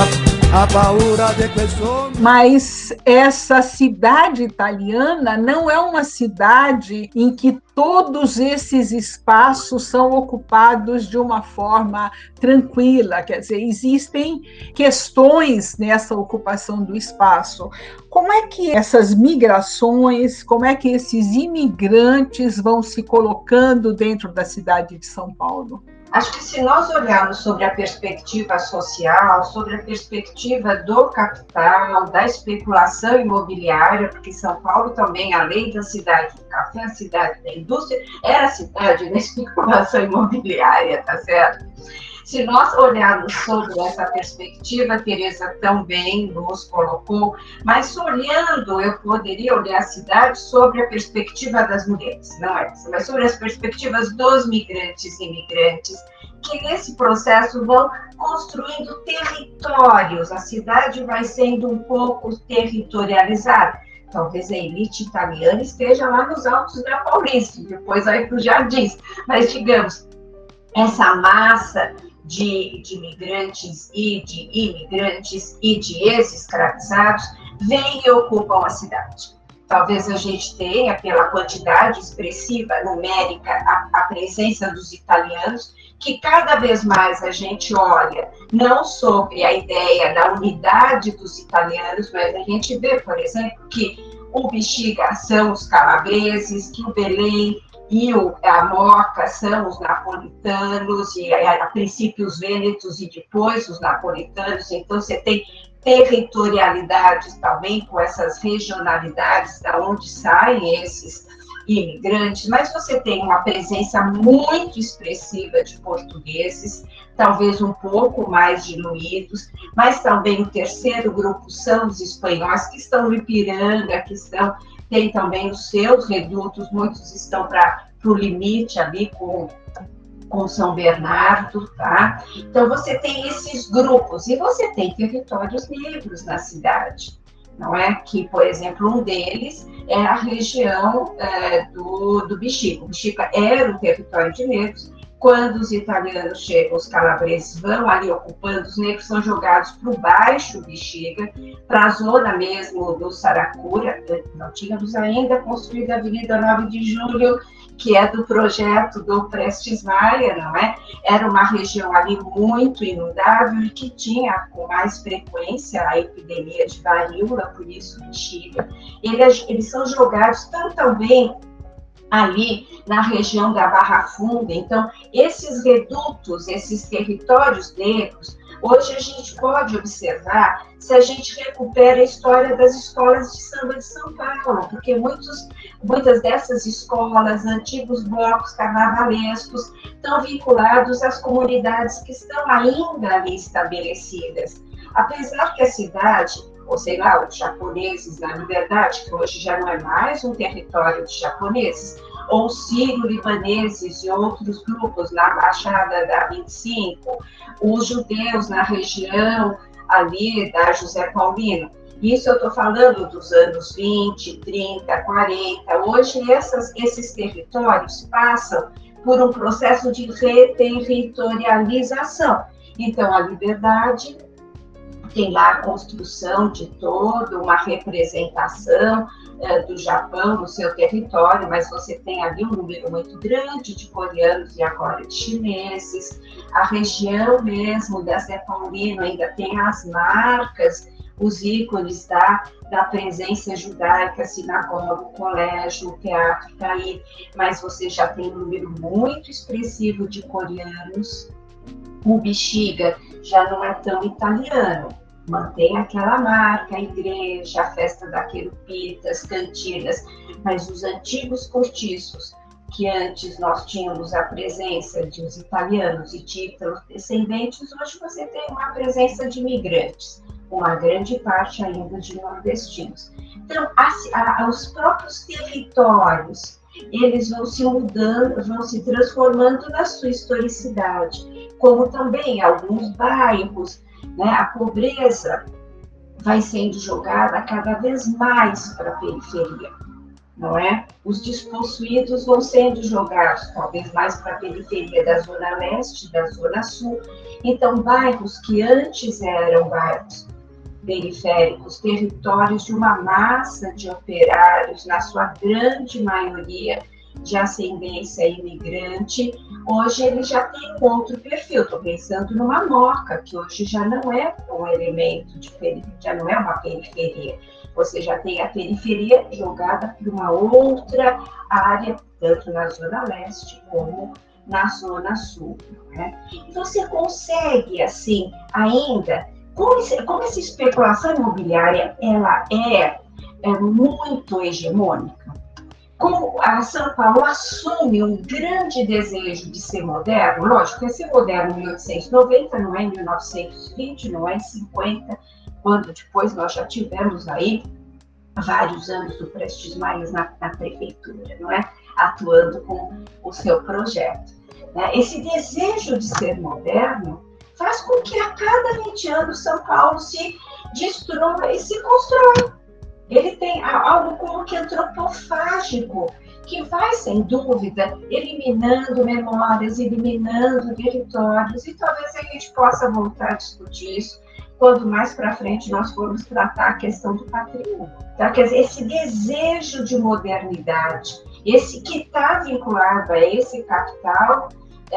ha paura di quel sogno. Mas essa cidade italiana não é uma cidade em que todos esses espaços são ocupados de uma forma tranquila, quer dizer, existem questões nessa ocupação do espaço. Como é que essas migrações, como é que esses imigrantes vão se colocando dentro da cidade de São Paulo? Acho que se nós olharmos sobre a perspectiva social, sobre a perspectiva do capital, da especulação imobiliária, porque São Paulo também, além da cidade do café, a cidade da indústria, era a cidade da especulação imobiliária, tá certo? Se nós olharmos sobre essa perspectiva, a Tereza também nos colocou, mas olhando, eu poderia olhar a cidade sobre a perspectiva das mulheres, não é? Mas sobre as perspectivas dos migrantes e imigrantes, que nesse processo vão construindo territórios, a cidade vai sendo um pouco territorializada. Talvez a elite italiana esteja lá nos altos da Paulista, depois vai para os jardins, mas digamos, essa massa de, de migrantes e de imigrantes e de ex-escravizados vêm e ocupam a cidade. Talvez a gente tenha, pela quantidade expressiva, numérica, a, a presença dos italianos, que cada vez mais a gente olha, não sobre a ideia da unidade dos italianos, mas a gente vê, por exemplo, que o Bexiga são os calabreses, que o Belém e o, a Moca são os napolitanos, e a, a princípio os vênetos e depois os napolitanos. Então você tem territorialidades também com essas regionalidades da onde saem esses imigrantes, mas você tem uma presença muito expressiva de portugueses, talvez um pouco mais diluídos, mas também o terceiro grupo são os espanhóis, que estão no Ipiranga, que estão, tem também os seus redutos, muitos estão para o limite ali com, com São Bernardo, tá? Então você tem esses grupos, e você tem territórios negros na cidade, não é? Que, por exemplo, um deles é a região é, do, do Bexiga. O Bexiga era um território de negros. Quando os italianos chegam, os calabreses vão ali ocupando, os negros são jogados para o Baixo Bexiga, para a zona mesmo do Saracura. Não tínhamos ainda construído a Avenida nove de julho, que é do projeto do Prestes Maia, não é? Era uma região ali muito inundável e que tinha com mais frequência a epidemia de varíola, por isso Bexiga. Eles, eles são jogados tanto também ali na região da Barra Funda. Então, esses redutos, esses territórios negros, hoje a gente pode observar se a gente recupera a história das escolas de samba de São Paulo, porque muitos, muitas dessas escolas, antigos blocos carnavalescos, estão vinculados às comunidades que estão ainda ali estabelecidas. Apesar que a cidade, ou sei lá, os japoneses na Liberdade, que hoje já não é mais um território de japoneses, ou sírio-libaneses e outros grupos na Baixada da vinte e cinco, os judeus na região ali da José Paulino. Isso eu estou falando dos anos vinte, trinta, quarenta. Hoje essas, esses territórios passam por um processo de reterritorialização. Então, a Liberdade tem lá a construção de toda uma representação uh, do Japão no seu território, mas você tem ali um número muito grande de coreanos e agora de chineses. A região mesmo da Zé Paulino ainda tem as marcas, os ícones da, da presença judaica, sinagoga, o colégio, o teatro está aí, mas você já tem um número muito expressivo de coreanos. O Bexiga já não é tão italiano, mantém aquela marca, a igreja, a festa da Querupita, as cantigas, mas os antigos cortiços, que antes nós tínhamos a presença de os italianos e de descendentes, hoje você tem uma presença de imigrantes, uma grande parte ainda de nordestinos. Então, a, a, os próprios territórios, eles vão se mudando, vão se transformando na sua historicidade, como também alguns bairros, né, a pobreza vai sendo jogada cada vez mais para a periferia, não é? Os despossuídos vão sendo jogados talvez mais para a periferia da Zona Leste, da Zona Sul. Então, bairros que antes eram bairros periféricos, territórios de uma massa de operários, na sua grande maioria de ascendência imigrante, hoje ele já tem um outro perfil. Estou pensando numa Moca, que hoje já não é um elemento de periferia, já não é uma periferia. Você já tem a periferia jogada para uma outra área, tanto na Zona Leste como na Zona Sul. Né? E você consegue, assim, ainda, como, esse, como essa especulação imobiliária ela é, é muito hegemônica, como a São Paulo assume um grande desejo de ser moderno, lógico, é ser moderno em mil oitocentos e noventa, não é em mil novecentos e vinte, não é em cinquenta, quando depois nós já tivemos aí vários anos do Prestes Maia na, na prefeitura, não é? Atuando com o seu projeto. Né? Esse desejo de ser moderno faz com que a cada vinte anos São Paulo se destrua e se constrói. Ele tem algo como que antropofágico, que vai, sem dúvida, eliminando memórias, eliminando territórios, e talvez a gente possa voltar a discutir isso quando mais para frente nós formos tratar a questão do patrimônio. Tá? Quer dizer, esse desejo de modernidade, esse que está vinculado a esse capital,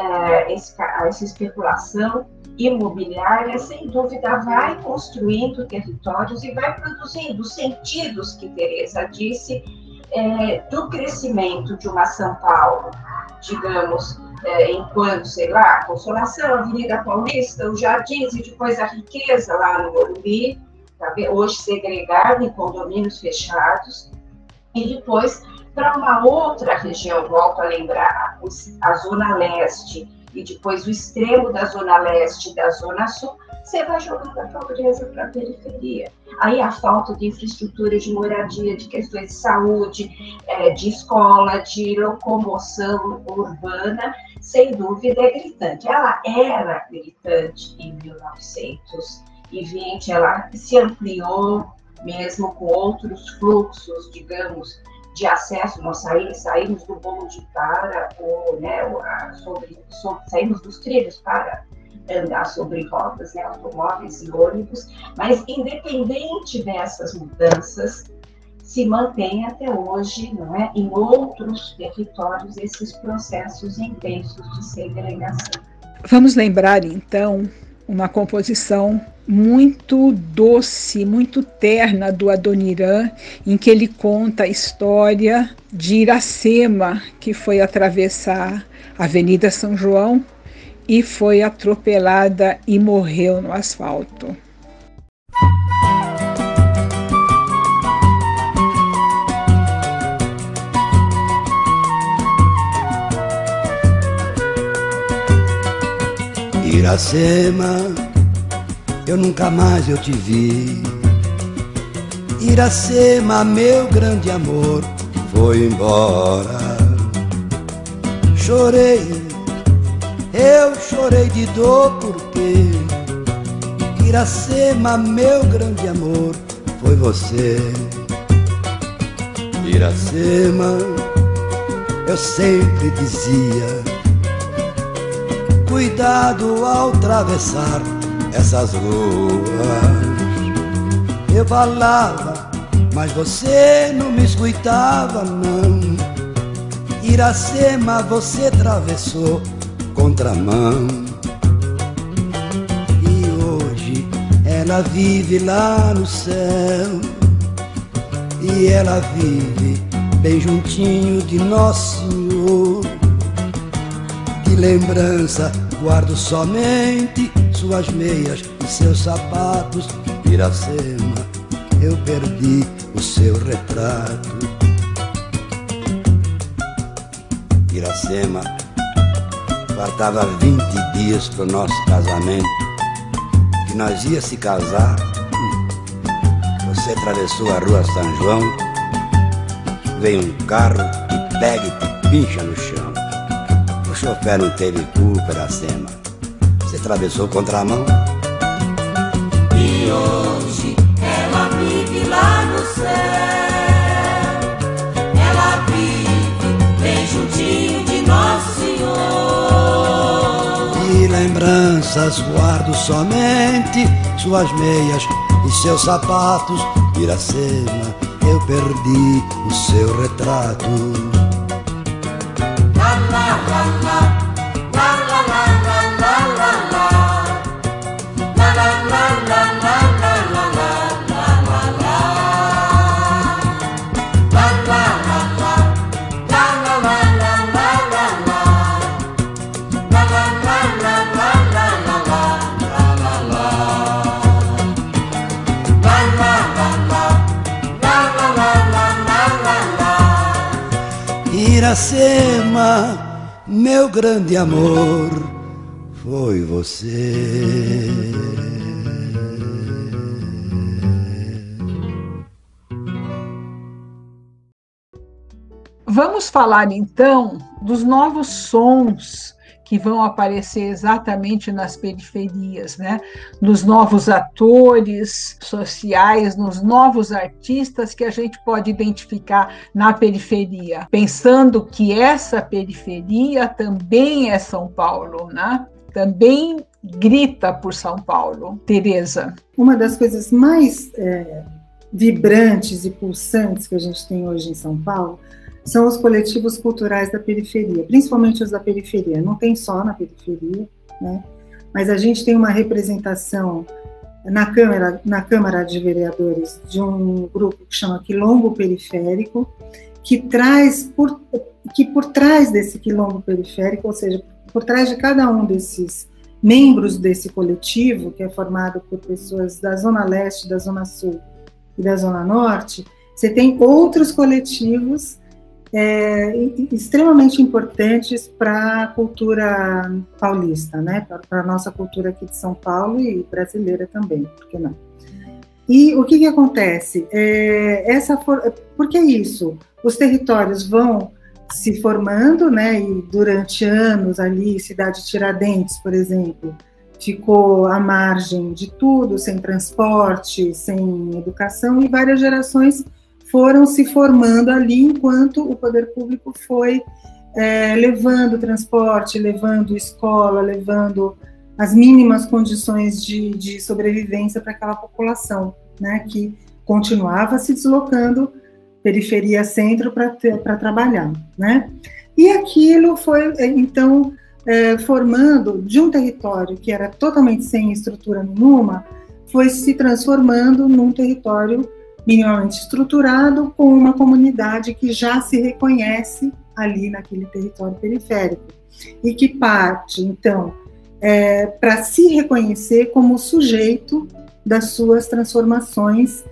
é, esse, a essa especulação imobiliária, sem dúvida, vai construindo territórios e vai produzindo sentidos, que Teresa disse, é, do crescimento de uma São Paulo, digamos, é, enquanto, sei lá, Consolação, Avenida Paulista, os Jardins e depois a riqueza lá no Morumbi, tá? Hoje segregada em condomínios fechados, e depois para uma outra região, volto a lembrar, a Zona Leste, e depois o extremo da Zona Leste e da Zona Sul, você vai jogando a pobreza para a periferia. Aí a falta de infraestrutura, de moradia, de questões de saúde, de escola, de locomoção urbana, sem dúvida é gritante. Ela era gritante em mil novecentos e vinte, ela se ampliou mesmo com outros fluxos, digamos, de acesso. Nós saímos, saímos do bonde para o, né, sobre, sobre, saímos dos trilhos para andar sobre rodas, né, automóveis e ônibus, mas independente dessas mudanças, se mantém até hoje, não é, em outros territórios esses processos intensos de segregação. Vamos lembrar então uma composição muito doce, muito terna do Adoniran, em que ele conta a história de Iracema, que foi atravessar a Avenida São João e foi atropelada e morreu no asfalto. Iracema, eu nunca mais eu te vi. Iracema, meu grande amor, foi embora. Chorei, eu chorei de dor porque Iracema, meu grande amor, foi você. Iracema, eu sempre dizia, cuidado ao atravessar essas ruas. Eu falava, mas você não me escutava, não. Iracema, você atravessou contramão. E hoje ela vive lá no céu, e ela vive bem juntinho de Nosso Senhor. De lembrança guardo somente suas meias e seus sapatos. Iracema, eu perdi o seu retrato. Iracema, faltava vinte dias pro nosso casamento, que nós ia se casar. Você atravessou a rua São João, veio um carro e pega e te pincha no chão. O chofer não teve culpa, Iracema, você atravessou contramão. E hoje ela vive lá no céu, ela vive bem juntinho de Nosso Senhor. De lembranças guardo somente suas meias e seus sapatos. Iracema, eu perdi o seu retrato. La la la la, la la la la la la la, la la la la la la la la la la la, la la la la, la la la la la la la, la la la la la la la la la la. Iracema, meu grande amor, foi você. Vamos falar então dos novos sons que vão aparecer exatamente nas periferias, né? Nos novos atores sociais, nos novos artistas que a gente pode identificar na periferia, pensando que essa periferia também é São Paulo, né? Também grita por São Paulo. Tereza. Uma das coisas mais é, vibrantes e pulsantes que a gente tem hoje em São Paulo são os coletivos culturais da periferia, principalmente os da periferia. Não tem só na periferia, né? Mas a gente tem uma representação na Câmara, na Câmara de Vereadores de um grupo que chama Quilombo Periférico, que traz, por, que por trás desse quilombo periférico, ou seja, por trás de cada um desses membros desse coletivo, que é formado por pessoas da Zona Leste, da Zona Sul e da Zona Norte, você tem outros coletivos É, extremamente importantes para a cultura paulista, né? Para a nossa cultura aqui de São Paulo e brasileira também, por que não? E o que, que acontece? É, essa for... Por que isso? Os territórios vão se formando, né? E durante anos ali, cidade Tiradentes, por exemplo, ficou à margem de tudo, sem transporte, sem educação, e várias gerações foram se formando ali enquanto o poder público foi é, levando transporte, levando escola, levando as mínimas condições de, de sobrevivência para aquela população, né, que continuava se deslocando periferia-centro para trabalhar, né? E aquilo foi, então, é, formando de um território que era totalmente sem estrutura nenhuma, foi se transformando num território minimamente estruturado, com uma comunidade que já se reconhece ali naquele território periférico e que parte, então, é, para se reconhecer como sujeito das suas transformações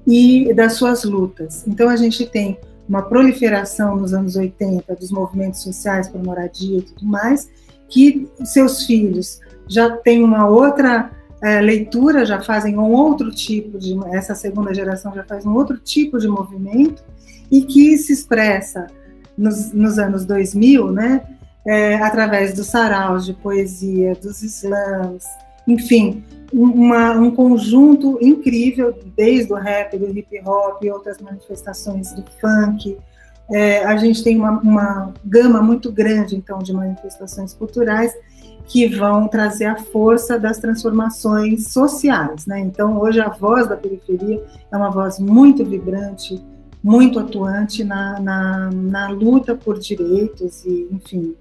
e das suas lutas. Então, a gente tem uma proliferação nos anos oitenta dos movimentos sociais por moradia e tudo mais, que seus filhos já têm uma outra É, leitura, já fazem um outro tipo de, essa segunda geração já faz um outro tipo de movimento, e que se expressa nos, nos anos dois mil, né, é, através dos saraus de poesia, dos slams, enfim, uma, um conjunto incrível, desde o rap, do hip hop e outras manifestações do funk. É, a gente tem uma, uma gama muito grande, então, de manifestações culturais que vão trazer a força das transformações sociais, né? Então, hoje a voz da periferia é uma voz muito vibrante, muito atuante na, na, na luta por direitos e, enfim,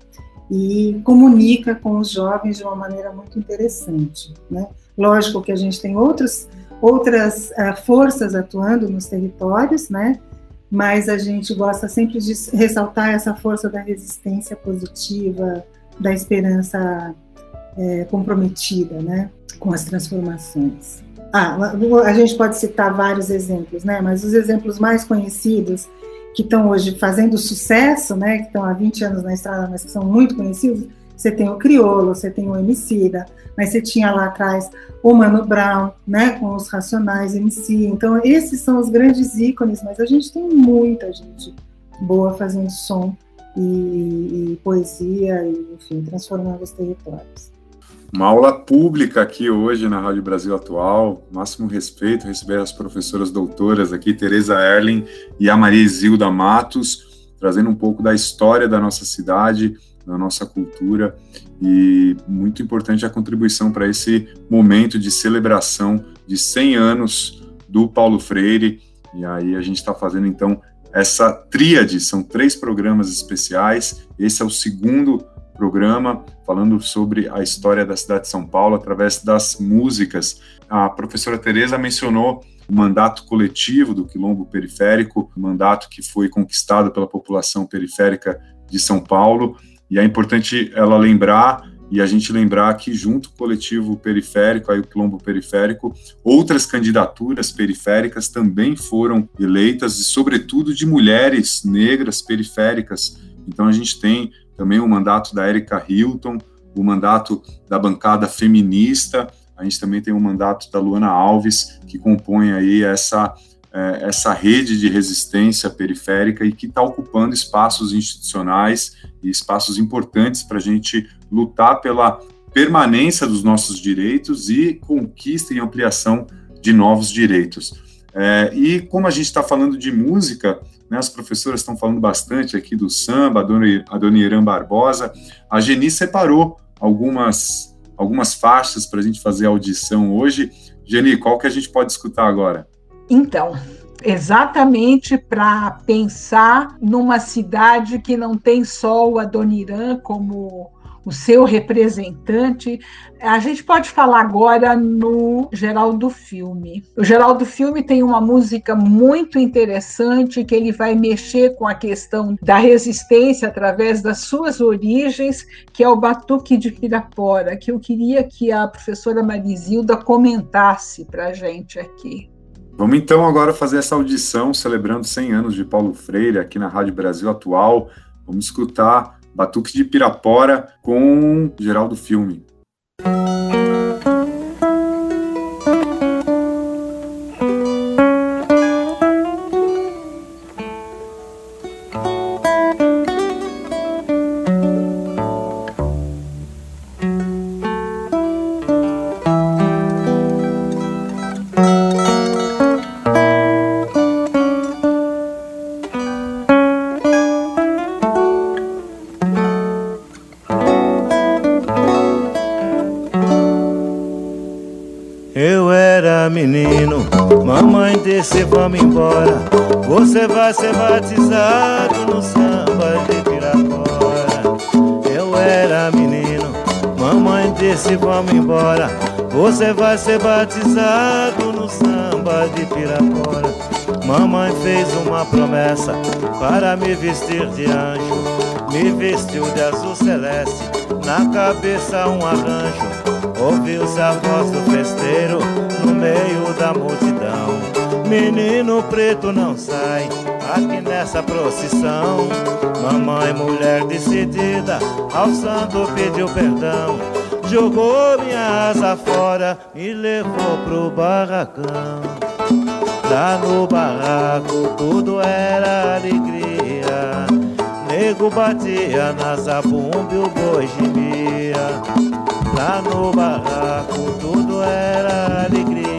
e comunica com os jovens de uma maneira muito interessante, né? Lógico que a gente tem outros, outras uh, forças atuando nos territórios, né? Mas a gente gosta sempre de ressaltar essa força da resistência positiva, da esperança é, comprometida, né, com as transformações. Ah, a gente pode citar vários exemplos, né, mas os exemplos mais conhecidos, que estão hoje fazendo sucesso, né, que estão há vinte anos na estrada, mas que são muito conhecidos, você tem o Criolo, você tem o Emicida, mas você tinha lá atrás o Mano Brown, né, com os Racionais, M C. Então, esses são os grandes ícones, mas a gente tem muita gente boa fazendo som E, e poesia, e, enfim, transformando os territórios. Uma aula pública aqui hoje na Rádio Brasil Atual, máximo respeito, receber as professoras doutoras aqui, Tereza Erling e a Maria Isilda Matos, trazendo um pouco da história da nossa cidade, da nossa cultura, e muito importante a contribuição para esse momento de celebração de cem anos do Paulo Freire. E aí a gente está fazendo então essa tríade, são três programas especiais. Esse é o segundo programa falando sobre a história da cidade de São Paulo através das músicas. A professora Tereza mencionou o mandato coletivo do Quilombo Periférico, um mandato que foi conquistado pela população periférica de São Paulo, e é importante ela lembrar, e a gente lembrar que junto com o coletivo periférico, aí o Quilombo Periférico, outras candidaturas periféricas também foram eleitas, e sobretudo de mulheres negras periféricas. Então a gente tem também o mandato da Erika Hilton, o mandato da bancada feminista, a gente também tem o mandato da Luana Alves, que compõe aí essa, é, essa rede de resistência periférica e que está ocupando espaços institucionais e espaços importantes para a gente lutar pela permanência dos nossos direitos e conquista e ampliação de novos direitos. É, e como a gente está falando de música, né, as professoras estão falando bastante aqui do samba, a dona, a dona Irã Barbosa, a Geni separou algumas... algumas faixas para a gente fazer a audição hoje. Geni, qual que a gente pode escutar agora? Então, exatamente para pensar numa cidade que não tem só o Adoniran como o seu representante, a gente pode falar agora no Geraldo Filme. O Geraldo Filme tem uma música muito interessante que ele vai mexer com a questão da resistência através das suas origens, que é o Batuque de Pirapora, que eu queria que a professora Marizilda comentasse para a gente aqui. Vamos então agora fazer essa audição celebrando cem anos de Paulo Freire aqui na Rádio Brasil Atual. Vamos escutar Batuque de Pirapora com Geraldo Filme. Desce, vamos embora. Você vai ser batizado no samba de Pirapora. Eu era menino, mamãe disse vamos embora. Você vai ser batizado no samba de Pirapora. Mamãe fez uma promessa para me vestir de anjo. Me vestiu de azul celeste, na cabeça um arranjo. Ouviu-se a voz do festeiro no meio da multidão. Menino preto não sai aqui nessa procissão. Mamãe, mulher decidida, ao santo pediu perdão. Jogou minha asa fora e levou pro barracão. Lá no barraco tudo era alegria. Nego batia na zabumba e o boi gemia. Lá no barraco tudo era alegria.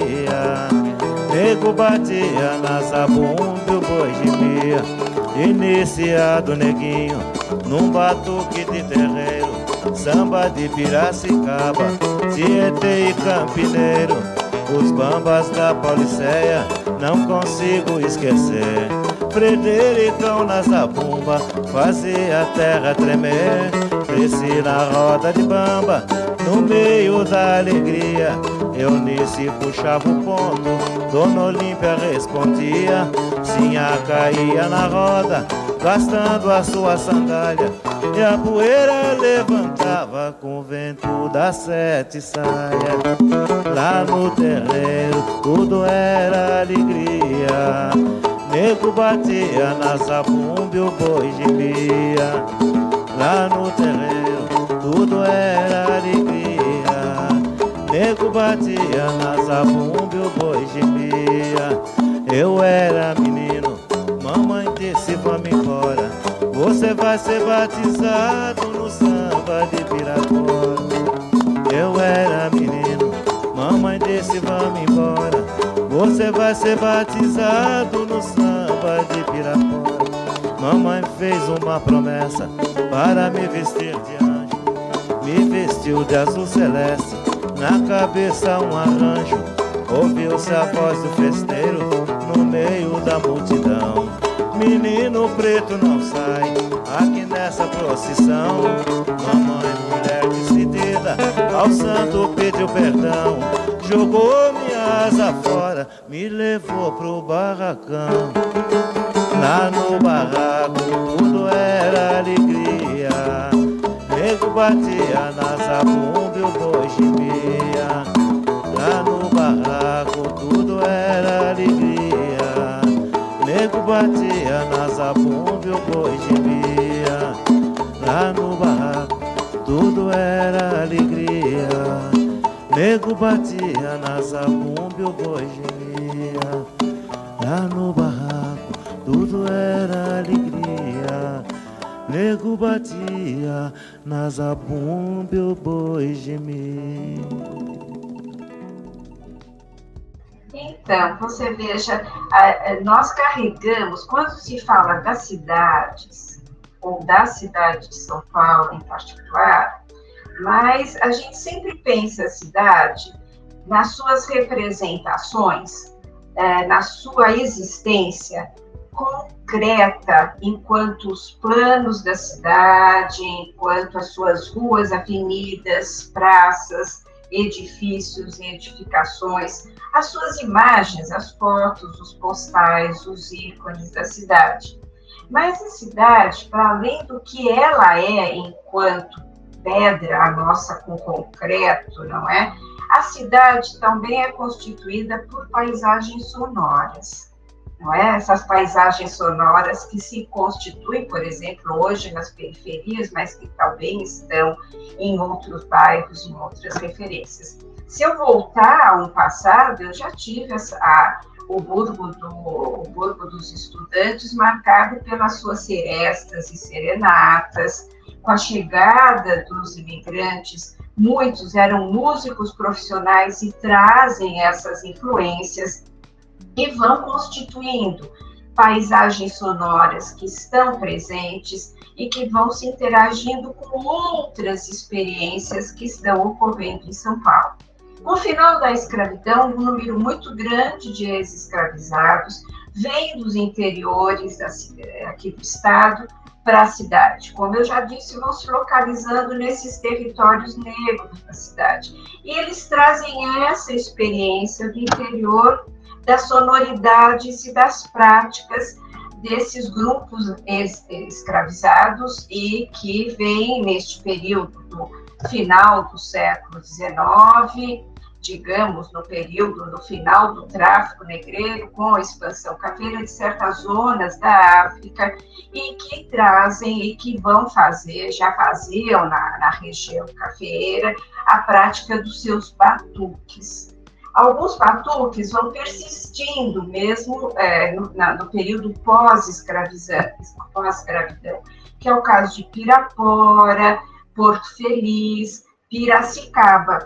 Nego batia na zabumba e o boi gemia. Iniciado neguinho num batuque de terreiro, samba de Piracicaba, Tietê e Campineiro. Os bambas da Pauliceia não consigo esquecer. Fredericão na zabumba fazia a terra tremer. Cresci na roda de bamba, no meio da alegria. Eunice puxava o ponto, Dona Olímpia respondia. Sinha caía na roda, gastando a sua sandália. E a poeira levantava com o vento das sete saias. Lá no terreiro tudo era alegria. Nego batia na zabumba e o boi gemia. Lá no terreiro tudo era alegria. Nego batia na zabumba e o boi gemia. Eu era menino, mamãe disse vamos embora. Você vai ser batizado no samba de Pirapora. Eu era menino, mamãe disse vamos embora. Você vai ser batizado no samba de Pirapora. Mamãe fez uma promessa para me vestir de anjo. Me vestiu de azul celeste, na cabeça um arranjo. Ouviu-se a voz do festeiro no meio da multidão. Menino preto não sai aqui nessa procissão. Mamãe, mulher decidida, ao santo pediu perdão. Jogou minha asa fora, me levou pro barracão. Lá no barraco tudo era alegria. Nego batia na zabumba e o boi gemia. Lá no barraco tudo era alegria. Nego batia na zabumba e o boi gemia. Lá no barraco tudo era alegria. Nego batia na zabumba e o boi gemia. Lá no barraco tudo era alegria. Nego batia na zabumba e o boi gemia. Então, você veja, nós carregamos, quando se fala das cidades, ou da cidade de São Paulo em particular, mas a gente sempre pensa a cidade nas suas representações, na sua existência concreta, enquanto os planos da cidade, enquanto as suas ruas, avenidas, praças, edifícios e edificações, as suas imagens, as fotos, os postais, os ícones da cidade. Mas a cidade, para além do que ela é enquanto pedra, a nossa com concreto, não é? A cidade também é constituída por paisagens sonoras, não é? Essas paisagens sonoras que se constituem, por exemplo, hoje nas periferias, mas que também estão em outros bairros, em outras referências. Se eu voltar a um passado, eu já tive essa, a, o, burgo do, o Burgo dos Estudantes marcado pelas suas serestas e serenatas. Com a chegada dos imigrantes, muitos eram músicos profissionais e trazem essas influências e vão constituindo paisagens sonoras que estão presentes e que vão se interagindo com outras experiências que estão ocorrendo em São Paulo. Com o final da escravidão, um número muito grande de ex-escravizados vem dos interiores da, aqui do estado para a cidade. Como eu já disse, vão se localizando nesses territórios negros da cidade. E eles trazem essa experiência do interior, das sonoridades e das práticas desses grupos escravizados e que vêm neste período do final do século dezenove, digamos, no período, no final do tráfico negreiro, com a expansão cafeira de certas zonas da África, e que trazem e que vão fazer, já faziam na, na região cafeeira, a prática dos seus batuques. Alguns batuques vão persistindo mesmo é, no, na, no período pós-escravidão, pós-escravidão, que é o caso de Pirapora, Porto Feliz, Piracicaba.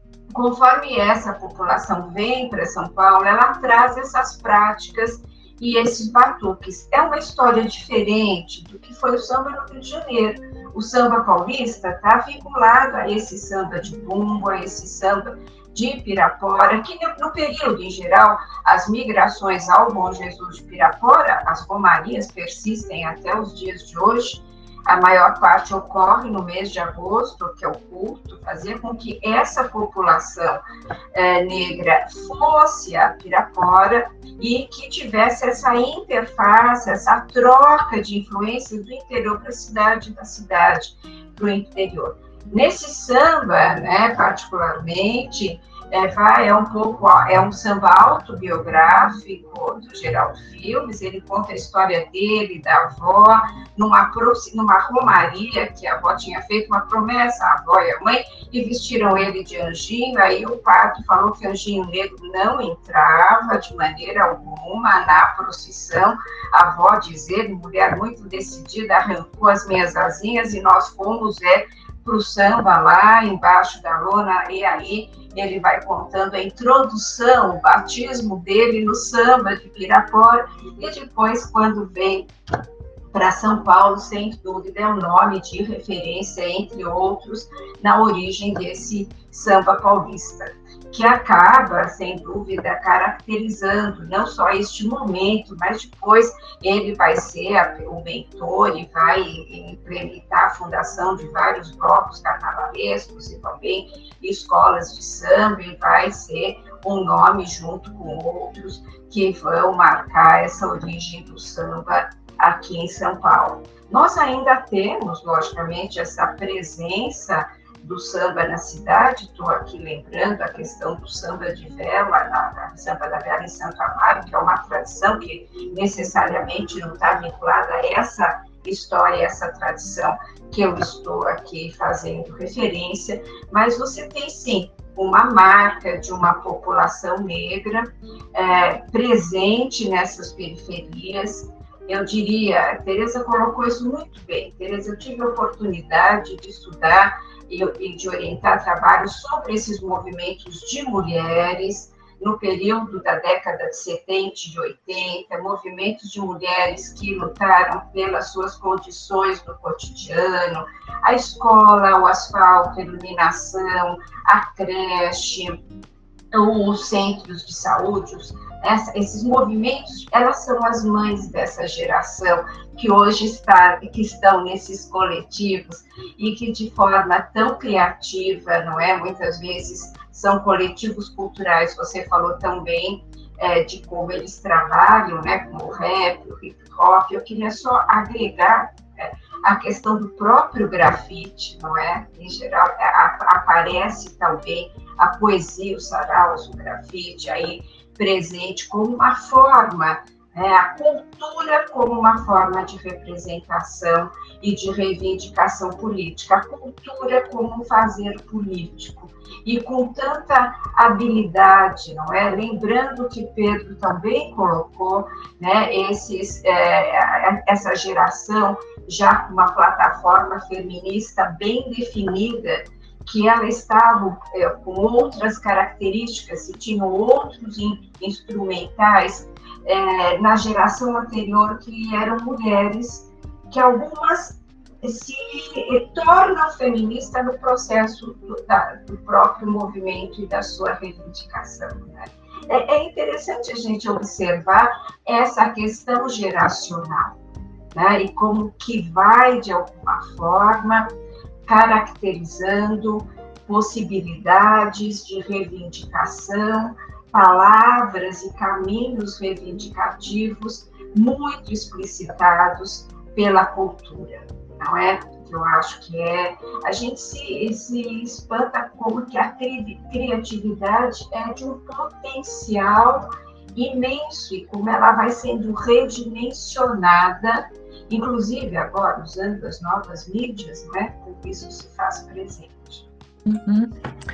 Conforme essa população vem para São Paulo, ela traz essas práticas e esses batuques. É uma história diferente do que foi o samba no Rio de Janeiro. O samba paulista está vinculado a esse samba de bumbo, a esse samba de Pirapora, que no período em geral, as migrações ao Bom Jesus de Pirapora, as romarias persistem até os dias de hoje. A maior parte ocorre no mês de agosto, que é o culto, fazia com que essa população é, negra fosse a Pirapora e que tivesse essa interface, essa troca de influências do interior para a cidade, da cidade para o interior. Nesse samba, né, particularmente, é, vai, é um pouco, é um samba autobiográfico do Geraldo Filmes. Ele conta a história dele, da avó, numa, numa romaria que a avó tinha feito uma promessa, a avó e a mãe, e vestiram ele de anjinho. Aí o padre falou que anjinho negro não entrava de maneira alguma na procissão. A avó, diz ele, mulher muito decidida, arrancou as minhas asinhas e nós fomos é, para o samba lá embaixo da lona, e aí ele vai contando a introdução, o batismo dele no samba de Pirapora, e depois, quando vem para São Paulo, sem dúvida, é um nome de referência, entre outros, na origem desse samba paulista, que acaba, sem dúvida, caracterizando não só este momento, mas depois ele vai ser o mentor e vai implementar a fundação de vários blocos carnavalescos e também escolas de samba, e vai ser um nome junto com outros que vão marcar essa origem do samba aqui em São Paulo. Nós ainda temos, logicamente, essa presença do samba na cidade. Estou aqui lembrando a questão do samba de vela, na, na samba da vela em Santo Amaro, que é uma tradição que necessariamente não está vinculada a essa história, essa tradição que eu estou aqui fazendo referência, mas você tem sim uma marca de uma população negra é, presente nessas periferias. Eu diria, a Tereza colocou isso muito bem. Tereza, eu tive a oportunidade de estudar e, e de orientar trabalhos sobre esses movimentos de mulheres no período da década de setenta e de oitenta, movimentos de mulheres que lutaram pelas suas condições no cotidiano, a escola, o asfalto, a iluminação, a creche, os centros de saúde, os, essa, esses movimentos, elas são as mães dessa geração que hoje está, que estão nesses coletivos e que de forma tão criativa, não é? Muitas vezes são coletivos culturais. Você falou também é, de como eles trabalham, né? Como o rap, o hip hop. Eu queria só agregar é, a questão do próprio grafite, não é? Em geral, a, aparece também a poesia, os saraus, o grafite aí presente como uma forma, é, a cultura como uma forma de representação e de reivindicação política, a cultura como um fazer político, e com tanta habilidade, não é? Lembrando que Pedro também colocou, né, esses, é, essa geração já com uma plataforma feminista bem definida, que ela estava é, com outras características e tinham outros in, instrumentais é, na geração anterior, que eram mulheres, que algumas se tornam feministas no processo do, da, do próprio movimento e da sua reivindicação, né? É, é interessante a gente observar essa questão geracional, né? E como que vai, de alguma forma, caracterizando possibilidades de reivindicação, palavras e caminhos reivindicativos muito explicitados pela cultura, não é? Eu acho que é... A gente se, se espanta como que a cri, criatividade é de um potencial imenso e como ela vai sendo redimensionada, inclusive agora, usando as novas mídias, né? Tudo isso se faz presente. Uhum.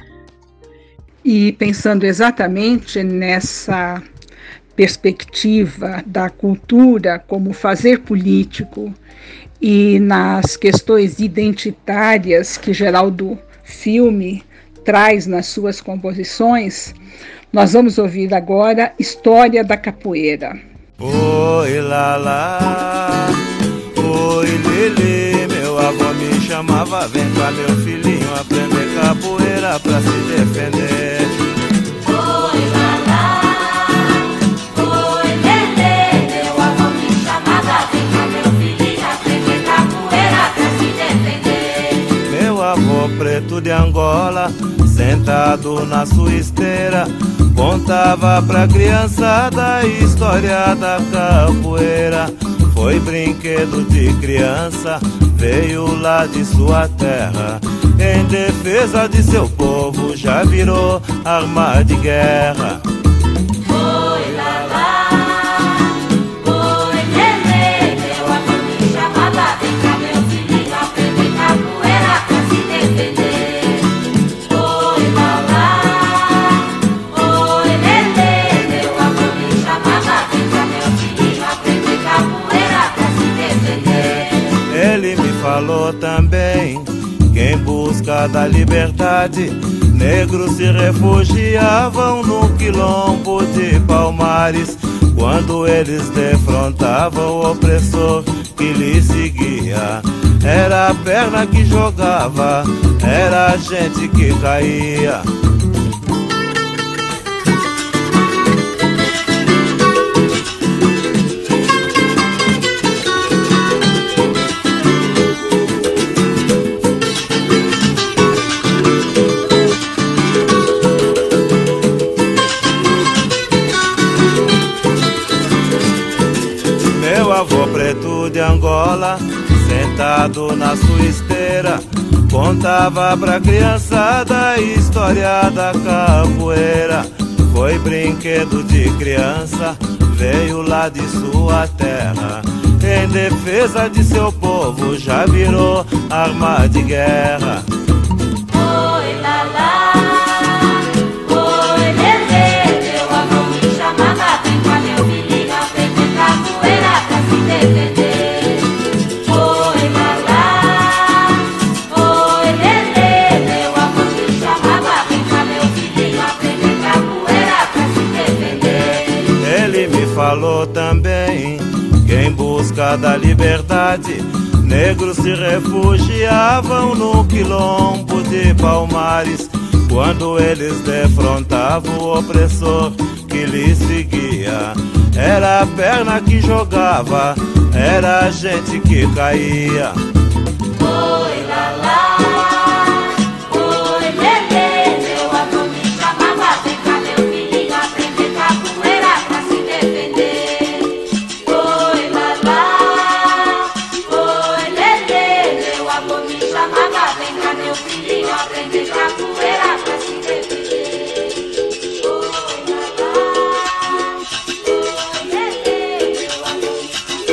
E pensando exatamente nessa perspectiva da cultura como fazer político e nas questões identitárias que Geraldo Filme traz nas suas composições, nós vamos ouvir agora História da Capoeira. Oi, lá, lá. Oi, Lili, meu avô me chamava, vem cá meu filhinho aprender capoeira pra se defender. Oi, lá, lá. Oi, Lili, meu avô me chamava, vem cá meu filhinho aprender capoeira pra se defender. Meu avô preto de Angola, sentado na sua esteira, contava pra criançada a história da capoeira. Foi brinquedo de criança, veio lá de sua terra. Em defesa de seu povo, já virou arma de guerra. Oi, lá, lá. Oi, Lelê, meu avô me chamava, vem cá meu filhinho aprender capoeira pra se defender. Oi, lá, lá. Oi, Lelê, meu avô me chamava, vem cá meu filhinho aprender capoeira pra se defender. Ele me falou também que em busca da liberdade, negros se refugiavam no quilombo de Palmares. quando eles defrontavam o opressor que lhe seguia. Era a perna que jogava, era a gente que caía. Meu avô preto de Angola, sentado na sua esteira, contava pra criançada a história da capoeira. Foi brinquedo de criança, veio lá de sua terra. Em defesa de seu povo, já virou arma de guerra. Oi, lá, lá. Oi, lelê. Meu avô me chamava, vem cá, meu filhinho, aprender capoeira pra se defender. Oi, lá, lá. Oi, lelê. Meu avô me chamava, vem cá, meu filhinho, aprender capoeira pra se defender. Ele me falou também que em busca da liberdade, negros se refugiavam no quilombo de Palmares, quando eles defrontavam o opressor que lhe seguia. Era a perna que jogava, era a gente que caía. Oi, lá, lá. Oi, lelê. Meu avô me chamava, vem cá, meu filhinho, aprender capoeira pra se defender. Oi, lá, lá. Oi, lelê. Meu avô me chamava, vem cá, meu filhinho, aprender capoeira pra se defender. Oi, lá, lá. Oi, lelê. Meu avô me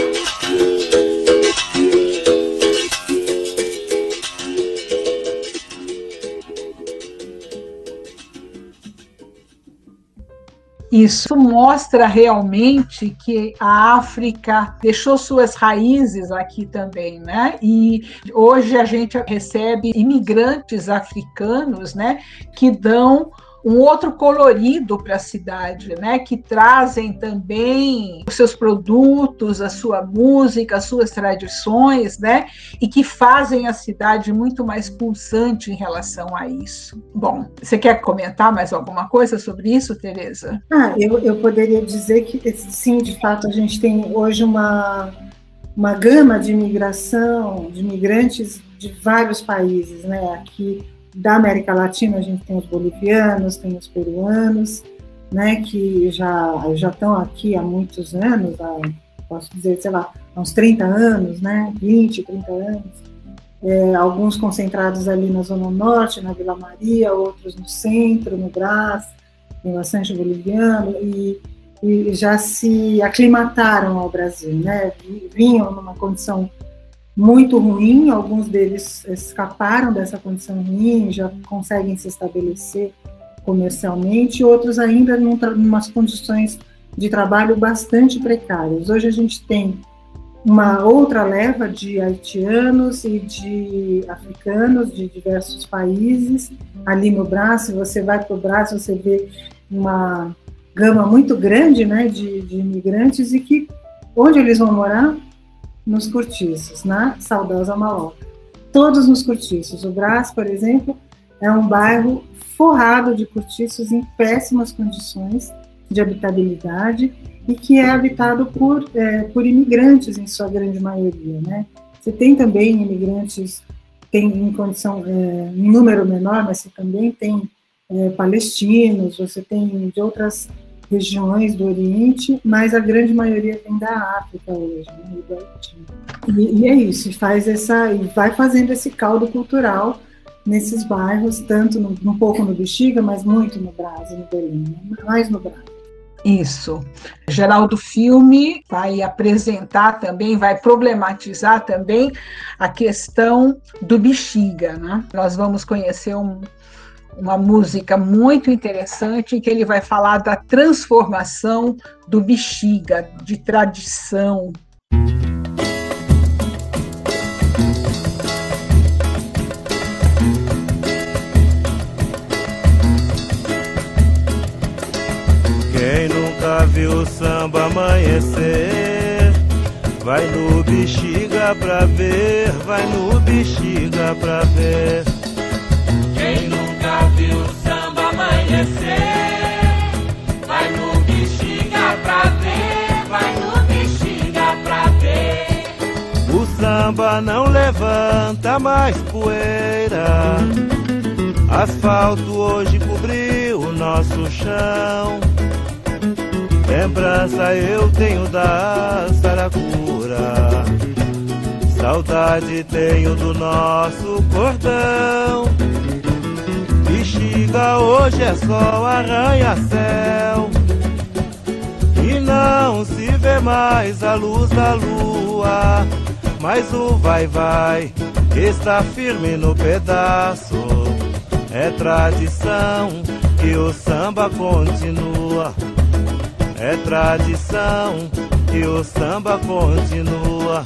Isso mostra realmente que a África deixou suas raízes aqui também, né? E hoje a gente recebe imigrantes africanos, né, que dão um outro colorido para a cidade, né, que trazem também os seus produtos, a sua música, as suas tradições, né, e que fazem a cidade muito mais pulsante em relação a isso. Bom, você quer comentar mais alguma coisa sobre isso, Tereza? Ah, eu, eu poderia dizer que, sim, de fato, a gente tem hoje uma, uma gama de imigração, de imigrantes de vários países, né, aqui da América Latina a gente tem os bolivianos, tem os peruanos, né, que já já estão aqui há muitos anos, há, posso dizer, sei lá, há uns trinta anos, né, vinte, trinta anos, é, alguns concentrados ali na Zona Norte, na Vila Maria, outros no centro, no Brás, tem bastante boliviano, e, e já se aclimataram ao Brasil, né, vinham numa condição muito ruim, alguns deles escaparam dessa condição ruim, já conseguem se estabelecer comercialmente, outros ainda em umas condições de trabalho bastante precárias. Hoje a gente tem uma outra leva de haitianos e de africanos de diversos países. Ali no Brás, se você vai para o Brás, você vê uma gama muito grande, né, de, de imigrantes, e que onde eles vão morar? Nos cortiços, na saudosa Maloca. Todos nos cortiços. O Brás, por exemplo, é um bairro forrado de cortiços em péssimas condições de habitabilidade e que é habitado por, é, por imigrantes, em sua grande maioria, né? Você tem também imigrantes, tem em condição, é, em número menor, mas você também tem é, palestinos, você tem de outras regiões do Oriente, mas a grande maioria vem da África hoje, né, e do Haiti. E, e é isso, faz essa, e vai fazendo esse caldo cultural nesses bairros, tanto no, um pouco no Bexiga, mas muito no Brás e no Belém, né, mais no Brás. Isso. Geraldo Filme vai apresentar também, vai problematizar também a questão do Bexiga, né? Nós vamos conhecer um uma música muito interessante em que ele vai falar da transformação do Bexiga, de tradição. Quem nunca viu samba amanhecer. Vai no Bexiga pra ver, vai no Bexiga pra ver. Quem nunca viu o samba amanhecer, vai no Bexiga pra ver, vai no Bexiga pra ver. O samba não levanta mais poeira, asfalto hoje cobriu o nosso chão. Lembrança eu tenho da saracura, saudade tenho do nosso cordão. Bexiga hoje é só arranha-céu, e não se vê mais a luz da lua. Mas o vai-vai está firme no pedaço, é tradição que o samba continua. É tradição que o samba continua.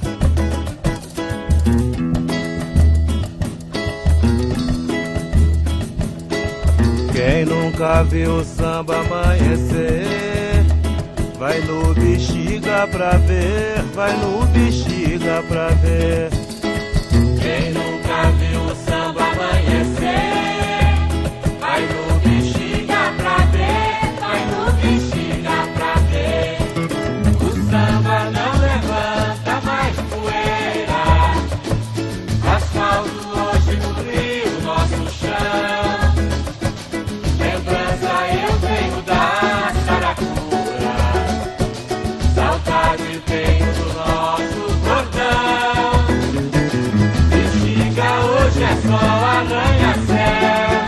Quem nunca viu o samba amanhecer, vai no Bexiga pra ver, vai no Bexiga pra ver. Quem nunca viu o samba amanhecer, vai no Bexiga pra ver, vai no Bexiga pra ver. O samba não levanta mais poeira, asfalto hoje cobriu o nosso chão. Lembrança eu tenho da saracura, saudade tenho do nosso cordão. Bexiga hoje é só arranha-céu,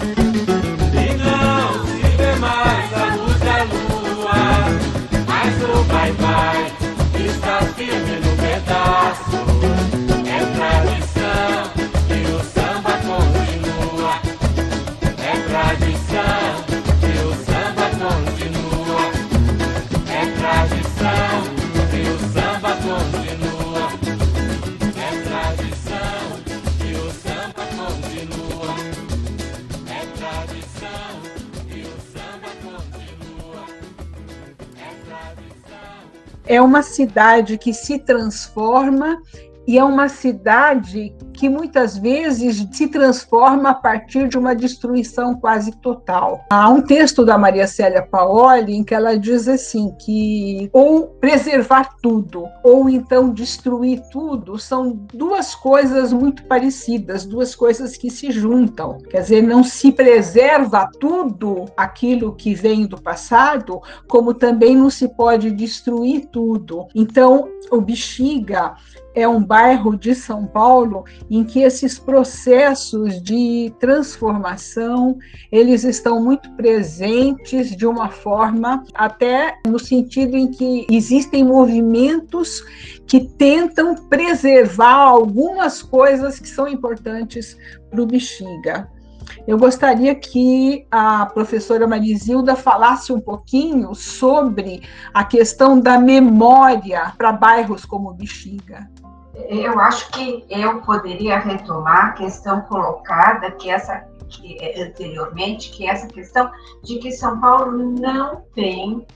e não se vê mais a luz da lua. Mas o vai-vai está firme no pedaço, é tradição que o samba continua. É tradição que o samba continua. É tradição que o samba continua. É tradição que o samba continua. É tradição que o samba continua. É tradição. É uma cidade que se transforma e é uma cidade que muitas vezes se transforma a partir de uma destruição quase total. Há um texto da Maria Célia Paoli em que ela diz assim, que ou preservar tudo, ou então destruir tudo, são duas coisas muito parecidas, duas coisas que se juntam. Quer dizer, não se preserva tudo aquilo que vem do passado, como também não se pode destruir tudo. Então, o Bexiga é um bairro de São Paulo em que esses processos de transformação, eles estão muito presentes de uma forma, até no sentido em que existem movimentos que tentam preservar algumas coisas que são importantes para o Bexiga. Eu gostaria que a professora Marizilda falasse um pouquinho sobre a questão da memória para bairros como Bexiga. Eu acho que eu poderia retomar a questão colocada que essa, que, anteriormente, que é essa questão de que São Paulo não tem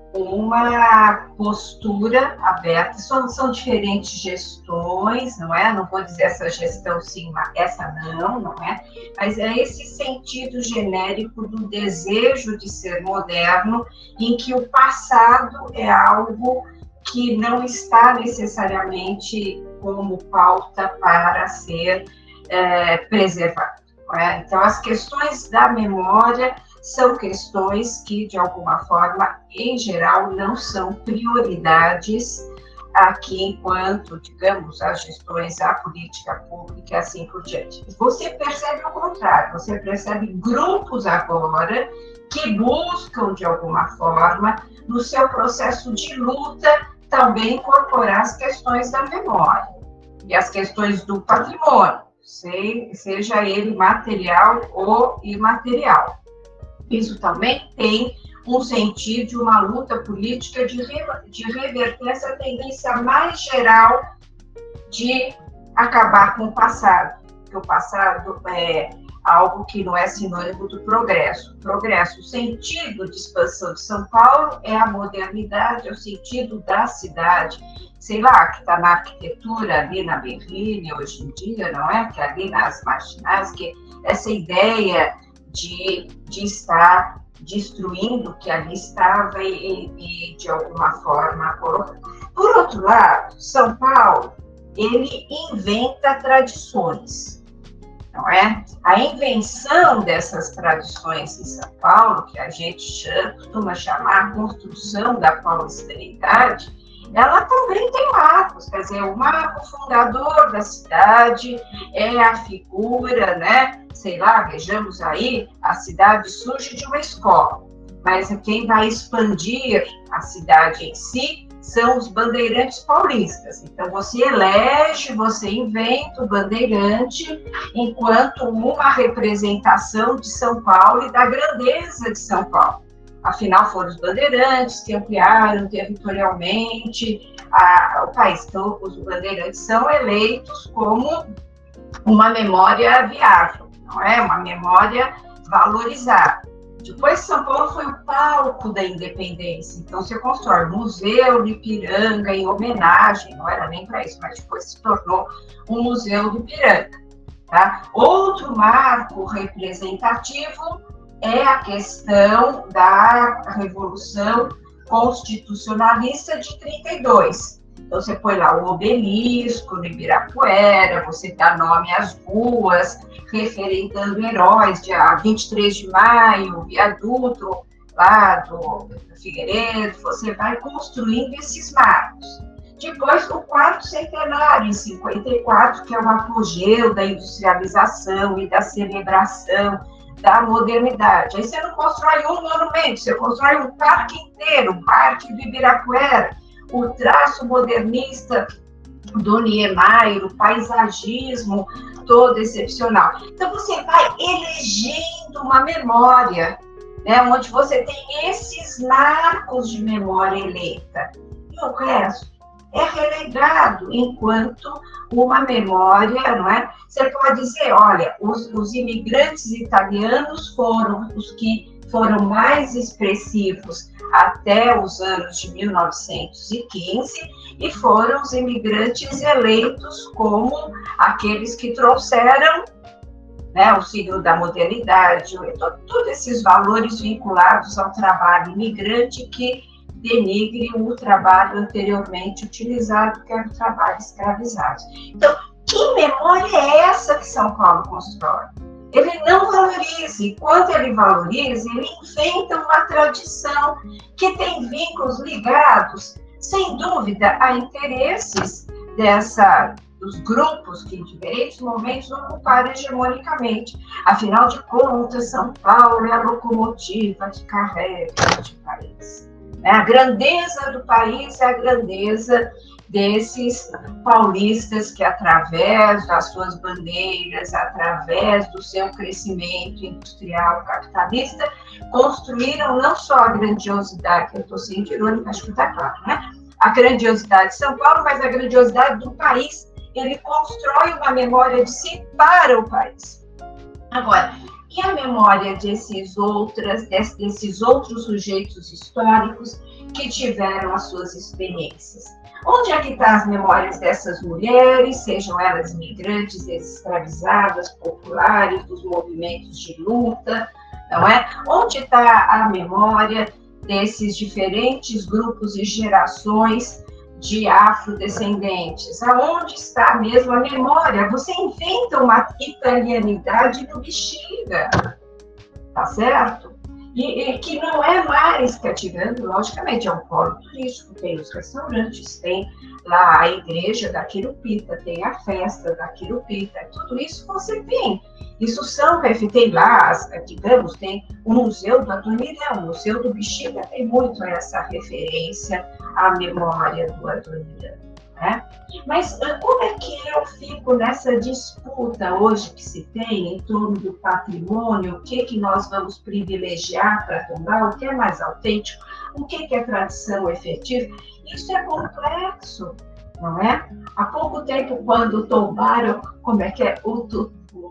uma postura aberta. São, são diferentes gestões, não é? Não vou dizer essa gestão sim, essa não, não é? Mas é esse sentido genérico do desejo de ser moderno, em que o passado é algo que não está necessariamente como pauta para ser é, preservado. Não é? Então, as questões da memória são questões que, de alguma forma, em geral, não são prioridades aqui enquanto, digamos, as gestões, a política pública e assim por diante. Você percebe o contrário, você percebe grupos agora que buscam, de alguma forma, no seu processo de luta, também incorporar as questões da memória e as questões do patrimônio, seja ele material ou imaterial. Isso também tem um sentido de uma luta política de, re, de reverter essa tendência mais geral de acabar com o passado. Porque o passado, é, algo que não é sinônimo do progresso. Progresso, o sentido de expansão de São Paulo é a modernidade, é o sentido da cidade, sei lá, que está na arquitetura ali na Berrini hoje em dia, não é? Que ali nas marginais, que essa ideia de, de estar destruindo o que ali estava e, e de alguma forma colocar. Por outro lado, São Paulo, ele inventa tradições. Não é? A invenção dessas tradições em São Paulo, que a gente chama, costuma chamar a construção da paulistanidade, ela também tem marcos, quer dizer, o marco fundador da cidade é a figura, né? Sei lá, vejamos aí, a cidade surge de uma escola, mas quem vai expandir a cidade em si são os bandeirantes paulistas. Então, você elege, você inventa o bandeirante enquanto uma representação de São Paulo e da grandeza de São Paulo. Afinal, foram os bandeirantes que ampliaram territorialmente a, o país. Então, os bandeirantes são eleitos como uma memória viável, não é? Uma memória valorizada. Depois, São Paulo foi o palco da independência. Então, você constrói o Museu do Ipiranga em homenagem, não era nem para isso, mas depois se tornou um Museu do Ipiranga. Tá? Outro marco representativo é a questão da Revolução Constitucionalista de trinta e dois. Então, você põe lá o obelisco no Ibirapuera, você dá nome às ruas, referendando heróis, dia vinte e três de maio, o viaduto lá do Figueiredo, você vai construindo esses marcos. Depois, o quarto centenário, em cinquenta e quatro, que é o apogeu da industrialização e da celebração da modernidade. Aí você não constrói um monumento, você constrói um parque inteiro, o Parque do Ibirapuera, o traço modernista do Niemeyer, o paisagismo todo excepcional. Então, você vai elegendo uma memória, né, onde você tem esses marcos de memória eleita. E o resto é relegado enquanto uma memória, não é? Você pode dizer, olha, os, os imigrantes italianos foram os que foram mais expressivos até os anos de mil novecentos e quinze e foram os imigrantes eleitos como aqueles que trouxeram, né, o signo da modernidade, todos esses valores vinculados ao trabalho imigrante que denigre o trabalho anteriormente utilizado, que era o trabalho escravizado. Então, que memória é essa que São Paulo constrói? Ele não valoriza, e quando ele valoriza, ele inventa uma tradição que tem vínculos ligados, sem dúvida, a interesses dessa, dos grupos que em diferentes momentos ocuparam hegemonicamente. Afinal de contas, São Paulo é a locomotiva que carrega este país. A grandeza do país é a grandeza desses paulistas que, através das suas bandeiras, através do seu crescimento industrial capitalista, construíram não só a grandiosidade, eu estou sendo irônica, acho que está claro, né? A grandiosidade de São Paulo, mas a grandiosidade do país. Ele constrói uma memória de si para o país. Agora, e a memória desses, outras, desses outros sujeitos históricos que tiveram as suas experiências? Onde é que estão as memórias dessas mulheres, sejam elas imigrantes, escravizadas, populares, dos movimentos de luta, não é? Onde está a memória desses diferentes grupos e gerações de afrodescendentes? Aonde está mesmo a memória? Você inventa uma italianidade no Bexiga, tá certo? E, e que não é mais cativando, logicamente, é um polo turístico, tem os restaurantes, tem lá a igreja da Quirupita, tem a festa da Quirupita, tudo isso você tem. Isso são, tem lá, digamos, tem o Museu do Adoniran, o Museu do Bexiga tem muito essa referência à memória do Adoniran, né? Mas como é que eu fico nessa disputa hoje que se tem em torno do patrimônio? O que, que nós vamos privilegiar para tomar? O que é mais autêntico? O que, que é tradição efetiva? Isso é complexo, não é? Há pouco tempo, quando tombaram, como é que é, o, o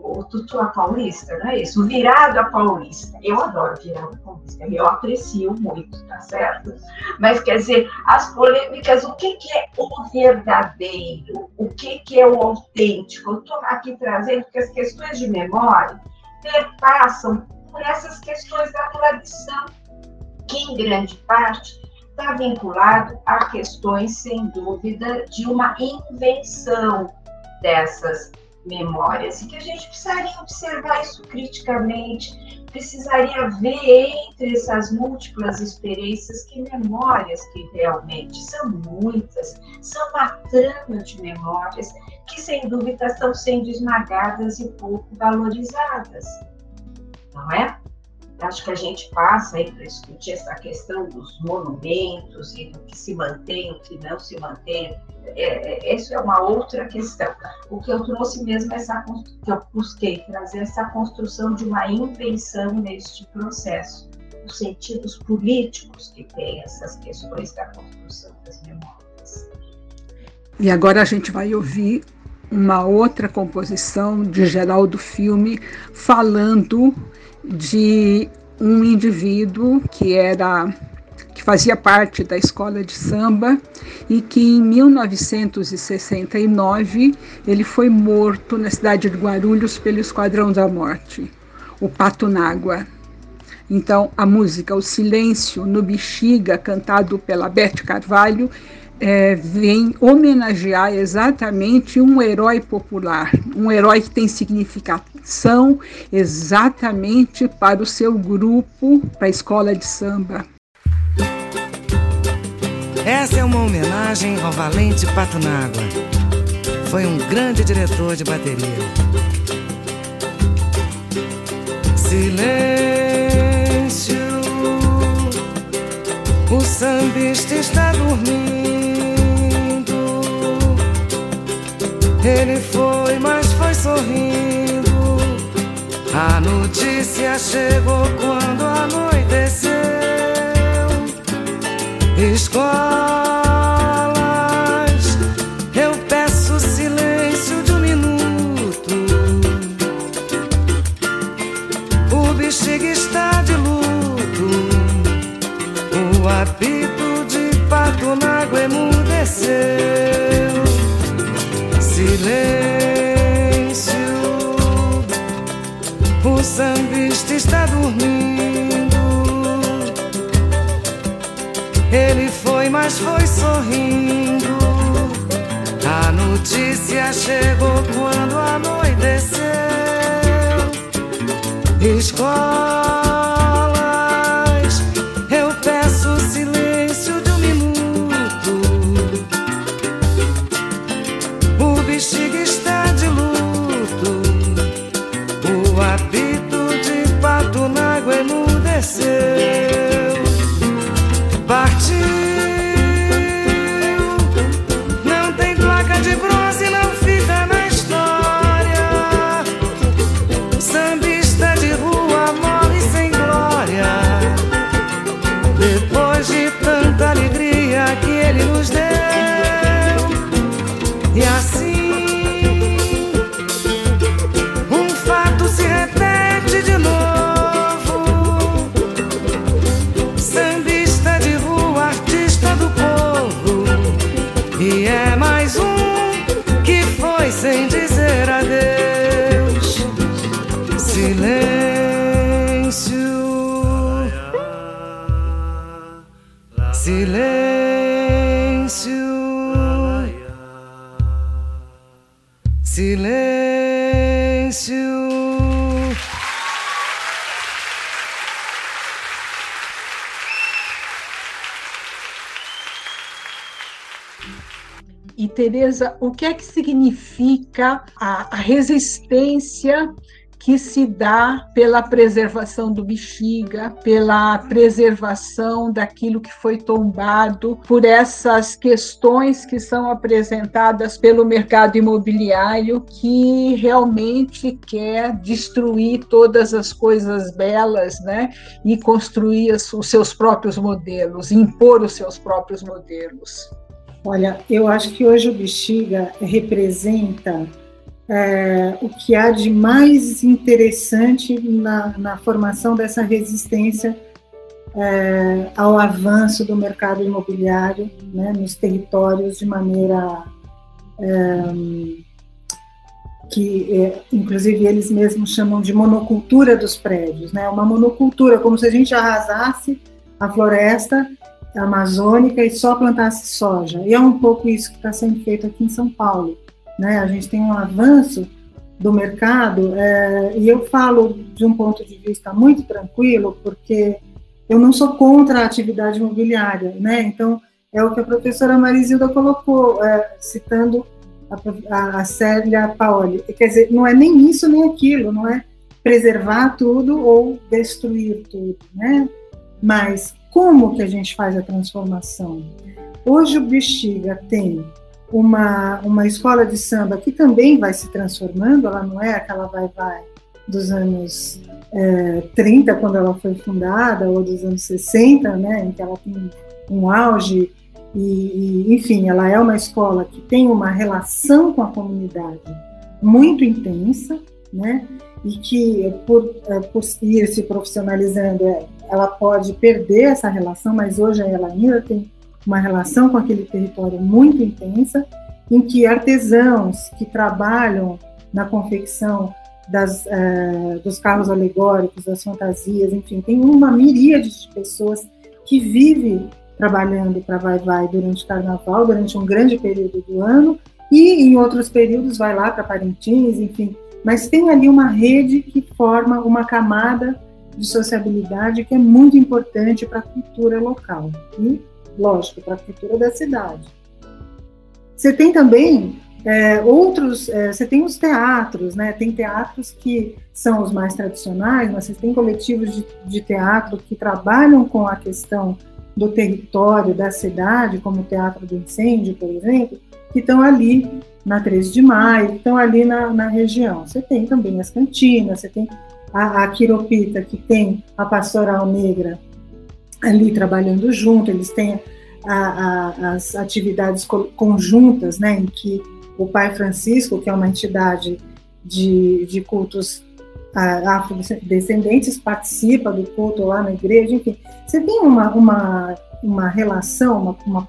o, o tutu a paulista, não é isso? O virado a paulista. Eu adoro virado a paulista, eu aprecio muito, tá certo? Mas, quer dizer, as polêmicas, o que, que é o verdadeiro? O que, que é o autêntico? Eu estou aqui trazendo que as questões de memória perpassam por essas questões da tradição, que em grande parte está vinculado a questões, sem dúvida, de uma invenção dessas memórias, e que a gente precisaria observar isso criticamente, precisaria ver entre essas múltiplas experiências que memórias que realmente são muitas, são uma trama de memórias que, sem dúvida, estão sendo esmagadas e pouco valorizadas, não é? Acho que a gente passa aí para discutir essa questão dos monumentos e do que se mantém, o que não se mantém. É, é, isso é uma outra questão. O que eu trouxe mesmo é essa, que eu busquei trazer essa construção de uma invenção neste processo, os sentidos políticos que tem essas questões da construção das memórias. E agora a gente vai ouvir uma outra composição de Geraldo Filme falando de um indivíduo que era que fazia parte da escola de samba e que em mil novecentos e sessenta e nove ele foi morto na cidade de Guarulhos pelo Esquadrão da Morte, o Patunágua. Então a música O Silêncio no Bexiga, cantado pela Beth Carvalho, É, vem homenagear exatamente um herói popular, um herói que tem significação exatamente para o seu grupo, para a escola de samba. Essa é uma homenagem ao valente Patunágua. Foi um grande diretor de bateria. Silêncio, o sambista está dormindo. Ele foi, mas foi sorrindo. A notícia chegou quando anoiteceu. Escolas, eu peço silêncio de um minuto. O Bexiga está de luto. O apito de Patunágua emudeceu. Silêncio, o sambista está dormindo. Ele foi, mas foi sorrindo. A notícia chegou quando anoiteceu. Escolas, eu peço silêncio de um minuto. O Bexiga está de luto. O apito de Patunágua emudeceu. Partiu, não tem placa de bronze, não fica na história. Sambista de rua morre sem glória. Depois de tanta alegria que ele nos deu. E assim, um fato se repete de novo. Sambista de rua, artista do povo. E é mais um que foi sem dizer adeus. Silêncio, silêncio, silêncio. E, Tereza, o que é que significa a, a resistência que se dá pela preservação do Bexiga, pela preservação daquilo que foi tombado, por essas questões que são apresentadas pelo mercado imobiliário, que realmente quer destruir todas as coisas belas, né, e construir os seus próprios modelos, impor os seus próprios modelos? Olha, eu acho que hoje o Bexiga representa é, o que há de mais interessante na, na formação dessa resistência é, ao avanço do mercado imobiliário, né, nos territórios de maneira é, que, é, inclusive, eles mesmos chamam de monocultura dos prédios, né, uma monocultura, como se a gente arrasasse a floresta amazônica e só plantasse soja. E é um pouco isso que está sendo feito aqui em São Paulo, né? A gente tem um avanço do mercado, é, e eu falo de um ponto de vista muito tranquilo, porque eu não sou contra a atividade imobiliária, né? Então, é o que a professora Marizilda colocou, é, citando a, a, a Célia Paoli. Quer dizer, não é nem isso nem aquilo, não é preservar tudo ou destruir tudo, né? Mas como que a gente faz a transformação? Hoje o Bexiga tem uma, uma escola de samba que também vai se transformando, ela não é aquela vai-vai dos anos é, trinta, quando ela foi fundada, ou dos anos sessenta, né, em que ela tem um auge, e, e, enfim, ela é uma escola que tem uma relação com a comunidade muito intensa, né, e que, por, por ir se profissionalizando, ela pode perder essa relação, mas hoje ela ainda tem uma relação com aquele território muito intensa, em que artesãos que trabalham na confecção das, uh, dos carros alegóricos, das fantasias, enfim, tem uma miríade de pessoas que vive trabalhando para vai-vai durante o carnaval, durante um grande período do ano, e em outros períodos vai lá para Parintins, enfim, mas tem ali uma rede que forma uma camada de sociabilidade que é muito importante para a cultura local e, lógico, para a cultura da cidade. Você tem também é, outros, é, você tem os teatros, né? Tem teatros que são os mais tradicionais, mas você tem coletivos de, de teatro que trabalham com a questão do território, da cidade, como o Teatro do Incêndio, por exemplo, que estão ali na treze de maio, que estão ali na, na região. Você tem também as cantinas, você tem a, a Quiropita, que tem a Pastoral Negra ali trabalhando junto, eles têm a, a, as atividades conjuntas, né, em que o Pai Francisco, que é uma entidade de, de cultos afrodescendentes, participa do culto lá na igreja, enfim. Você tem uma, uma, uma relação, uma, uma,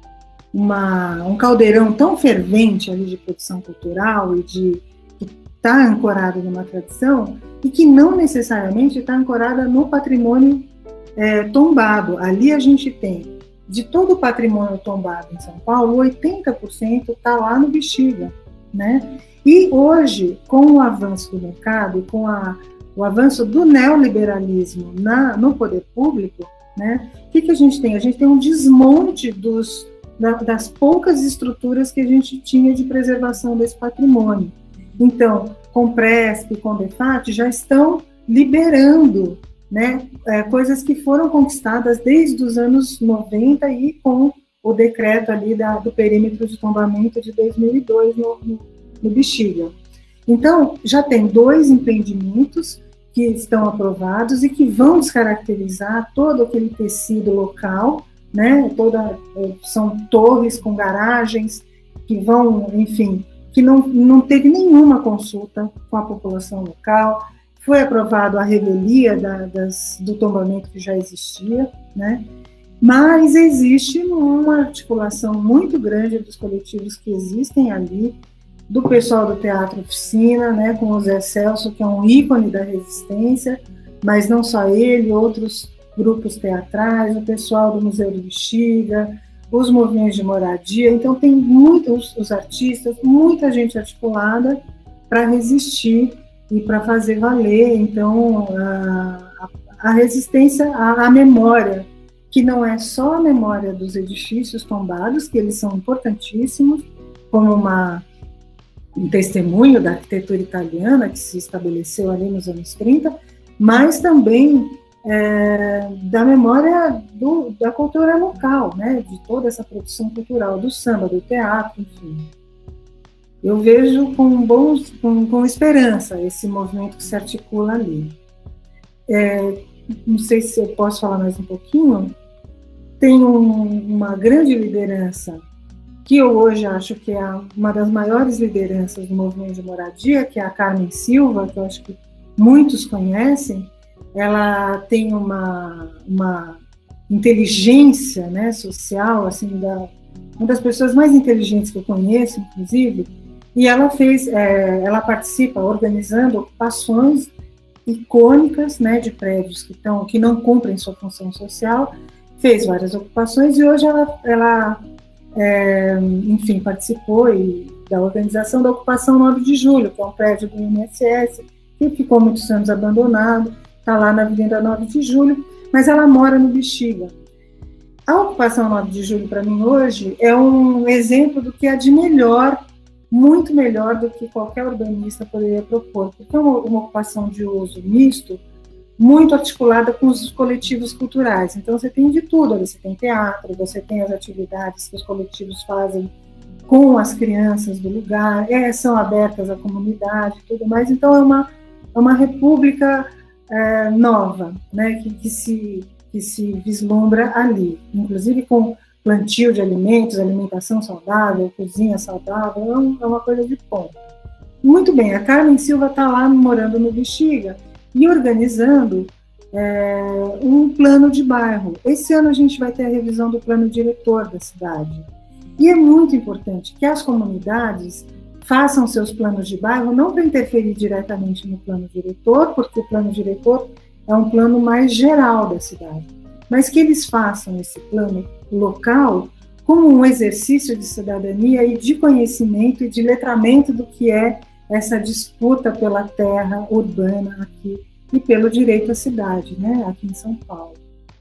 uma, um caldeirão tão fervente ali de produção cultural e de estar tá ancorado numa tradição e que não necessariamente está ancorada no patrimônio é, tombado. Ali a gente tem, de todo o patrimônio tombado em São Paulo, oitenta por cento está lá no Bexiga, né? E hoje, com o avanço do mercado, com a, o avanço do neoliberalismo na, no poder público, né, o que, que a gente tem? A gente tem um desmonte dos, da, das poucas estruturas que a gente tinha de preservação desse patrimônio. Então, com Presp, com Defat, já estão liberando, né, é, coisas que foram conquistadas desde os anos noventa e com o decreto ali da, do perímetro de tombamento de dois mil e dois no, no no Bexiga. Então, já tem dois empreendimentos que estão aprovados e que vão descaracterizar todo aquele tecido local, né? Toda, são torres com garagens que vão, enfim, que não, não teve nenhuma consulta com a população local. Foi aprovado a revelia da, das, do tombamento que já existia, né? Mas existe uma articulação muito grande dos coletivos que existem ali, do pessoal do Teatro Oficina, né, com o Zé Celso, que é um ícone da resistência, mas não só ele, outros grupos teatrais, o pessoal do Museu do Bexiga, os movimentos de moradia. Então tem muitos os artistas, muita gente articulada para resistir e para fazer valer, então, a, a resistência à, à memória, que não é só a memória dos edifícios tombados, que eles são importantíssimos, como uma um testemunho da arquitetura italiana que se estabeleceu ali nos anos trinta, mas também é, da memória do, da cultura local, né, de toda essa produção cultural, do samba, do teatro, enfim. Eu vejo com, bons, com, com esperança esse movimento que se articula ali. É, não sei se eu posso falar mais um pouquinho. Tem um, uma grande liderança que eu hoje acho que é uma das maiores lideranças do movimento de moradia, que é a Carmen Silva, que eu acho que muitos conhecem. Ela tem uma, uma inteligência, né, social, assim, da, uma das pessoas mais inteligentes que eu conheço, inclusive, e ela fez, é, ela participa organizando ocupações icônicas, né, de prédios que, tão, que não cumprem sua função social, fez várias ocupações e hoje ela, ela é, enfim, participou e, da organização da ocupação nove de julho, que é um prédio do I N S S, que ficou muitos anos abandonado, está lá na Avenida nove de julho, mas ela mora no Bexiga. A ocupação nove de julho, para mim, hoje, é um exemplo do que é de melhor, muito melhor do que qualquer urbanista poderia propor, porque é uma, uma ocupação de uso misto, muito articulada com os coletivos culturais. Então, você tem de tudo, você tem teatro, você tem as atividades que os coletivos fazem com as crianças do lugar, é, são abertas à comunidade e tudo mais. Então, é uma, é uma república é, nova, né, que, que, se, que se vislumbra ali, inclusive com plantio de alimentos, alimentação saudável, cozinha saudável, é, um, é uma coisa de ponta. Muito bem, a Carmen Silva está lá morando no Bexiga e organizando é, um plano de bairro. Esse ano a gente vai ter a revisão do plano diretor da cidade. E é muito importante que as comunidades façam seus planos de bairro, não para interferir diretamente no plano diretor, porque o plano diretor é um plano mais geral da cidade, mas que eles façam esse plano local como um exercício de cidadania e de conhecimento e de letramento do que é essa disputa pela terra urbana aqui e pelo direito à cidade, né, aqui em São Paulo.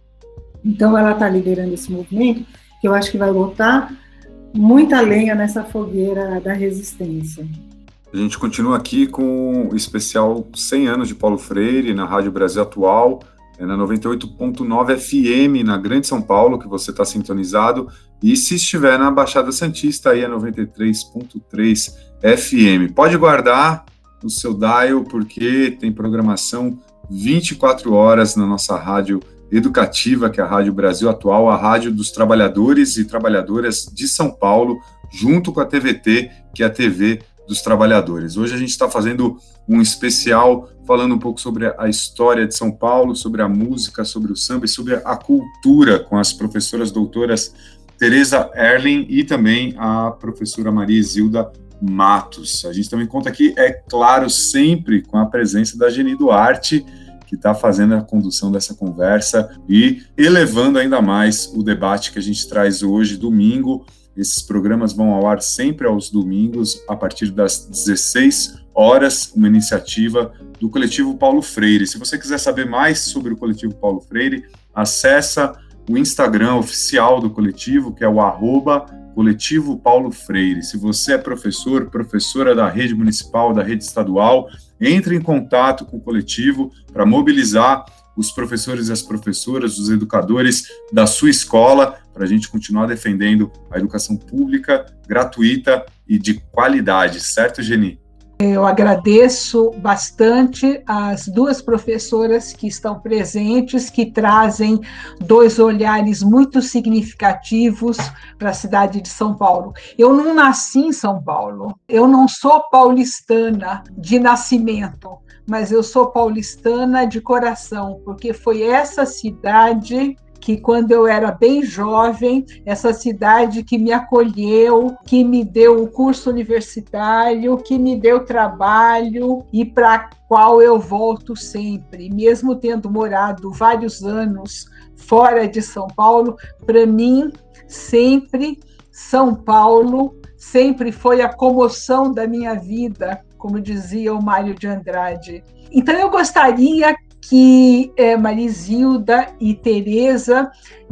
Então, ela está liderando esse movimento, que eu acho que vai botar muita lenha nessa fogueira da resistência. A gente continua aqui com o especial cem anos de Paulo Freire, na Rádio Brasil Atual, é na noventa e oito ponto nove F M, na Grande São Paulo, que você está sintonizado, e se estiver na Baixada Santista, aí é noventa e três ponto três F M. Pode guardar o seu dial, porque tem programação vinte e quatro horas na nossa rádio educativa, que é a Rádio Brasil Atual, a rádio dos trabalhadores e trabalhadoras de São Paulo, junto com a T V T, que é a T V dos trabalhadores. Hoje a gente está fazendo um especial falando um pouco sobre a história de São Paulo, sobre a música, sobre o samba e sobre a cultura, com as professoras doutoras Tereza Erling e também a professora Maria Isilda Matos. A gente também conta aqui, é claro, sempre com a presença da Geni Duarte, que está fazendo a condução dessa conversa e elevando ainda mais o debate que a gente traz hoje, domingo. Esses programas vão ao ar sempre aos domingos, a partir das dezesseis horas, uma iniciativa do Coletivo Paulo Freire. Se você quiser saber mais sobre o Coletivo Paulo Freire, acessa o Instagram oficial do coletivo, que é o arroba Coletivo Paulo Freire. Se você é professor, professora da rede municipal, da rede estadual, entre em contato com o coletivo para mobilizar os professores e as professoras, os educadores da sua escola, para a gente continuar defendendo a educação pública, gratuita e de qualidade, certo, Geni? Eu agradeço bastante as duas professoras que estão presentes, que trazem dois olhares muito significativos para a cidade de São Paulo. Eu não nasci em São Paulo, eu não sou paulistana de nascimento, mas eu sou paulistana de coração, porque foi essa cidade que, quando eu era bem jovem, essa cidade que me acolheu, que me deu o curso universitário, que me deu trabalho e para a qual eu volto sempre. Mesmo tendo morado vários anos fora de São Paulo, para mim, sempre São Paulo sempre foi a comoção da minha vida, como dizia o Mário de Andrade. Então, eu gostaria que é, Marizilda e Tereza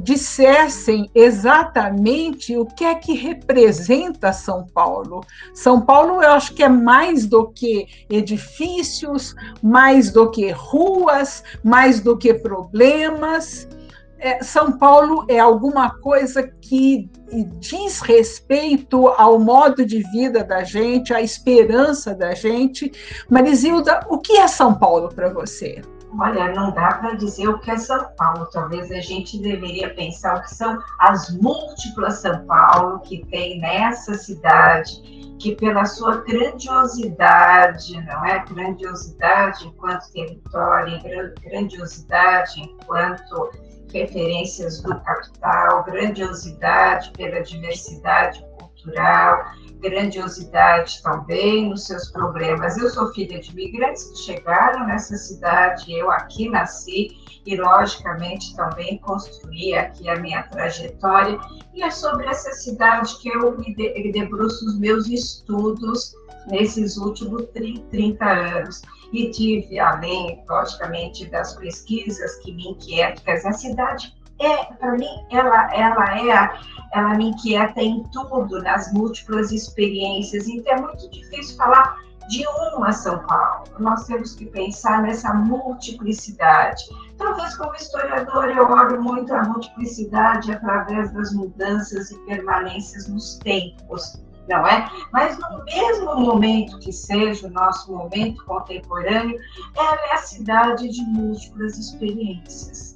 dissessem exatamente o que é que representa São Paulo. São Paulo, eu acho que é mais do que edifícios, mais do que ruas, mais do que problemas. É, São Paulo é alguma coisa que diz respeito ao modo de vida da gente, à esperança da gente. Marizilda, o que é São Paulo para você? Olha, não dá para dizer o que é São Paulo. Talvez a gente deveria pensar o que são as múltiplas São Paulo que tem nessa cidade, que pela sua grandiosidade, não é? Grandiosidade enquanto território, grandiosidade enquanto referências do capital, grandiosidade pela diversidade cultural, grandiosidade também nos seus problemas. Eu sou filha de imigrantes que chegaram nessa cidade, eu aqui nasci e, logicamente, também construí aqui a minha trajetória, e é sobre essa cidade que eu me debruço os meus estudos nesses últimos trinta anos. E tive, além, logicamente, das pesquisas que me inquietam, que a cidade é, para mim, ela, ela é, ela me inquieta em tudo, nas múltiplas experiências, então é muito difícil falar de uma São Paulo. Nós temos que pensar nessa multiplicidade. Talvez como historiador eu olho muito a multiplicidade através das mudanças e permanências nos tempos, não é? Mas no mesmo momento que seja o nosso momento contemporâneo, ela é a cidade de múltiplas experiências,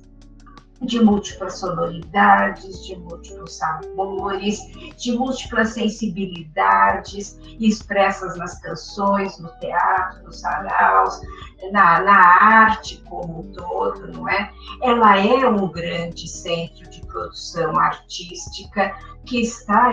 de múltiplas sonoridades, de múltiplos sabores, de múltiplas sensibilidades expressas nas canções, no teatro, nos saraus, na, na arte como um todo, não é? Ela é um grande centro de produção artística que está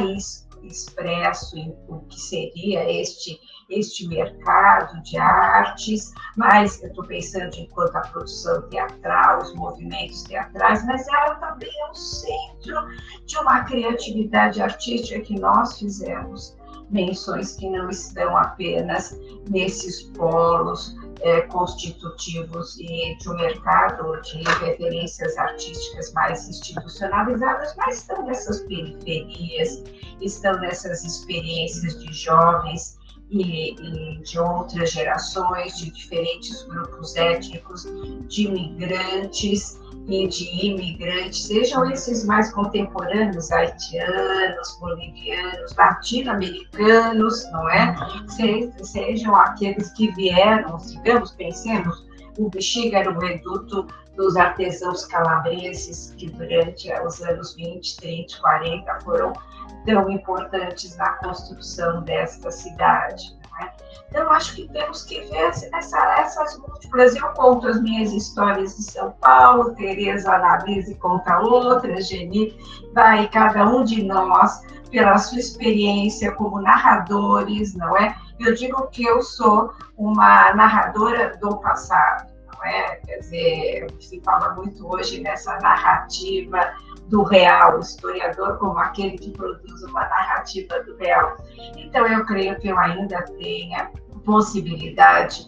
expresso em o que seria este este mercado de artes, mas eu estou pensando enquanto a produção teatral, os movimentos teatrais, mas ela também é um centro de uma criatividade artística que nós fizemos menções que não estão apenas nesses polos é, constitutivos e de um mercado de referências artísticas mais institucionalizadas, mas estão nessas periferias, estão nessas experiências de jovens E, e de outras gerações, de diferentes grupos étnicos, de imigrantes e de imigrantes, sejam esses mais contemporâneos, haitianos, bolivianos, latino-americanos, não é? Se, sejam aqueles que vieram, digamos, pensemos, o Bexiga era o reduto dos artesãos calabreses que durante os anos vinte, trinta, quarenta foram tão importantes na construção desta cidade. Não é? Então, acho que temos que ver essa, essas múltiplas. Eu conto as minhas histórias de São Paulo, Tereza analisa e conta outras, Geni, vai cada um de nós, pela sua experiência como narradores, não é? Eu digo que eu sou uma narradora do passado, não é? Quer dizer, se fala muito hoje nessa narrativa do real, o historiador como aquele que produz uma narrativa do real. Então, eu creio que eu ainda tenha possibilidade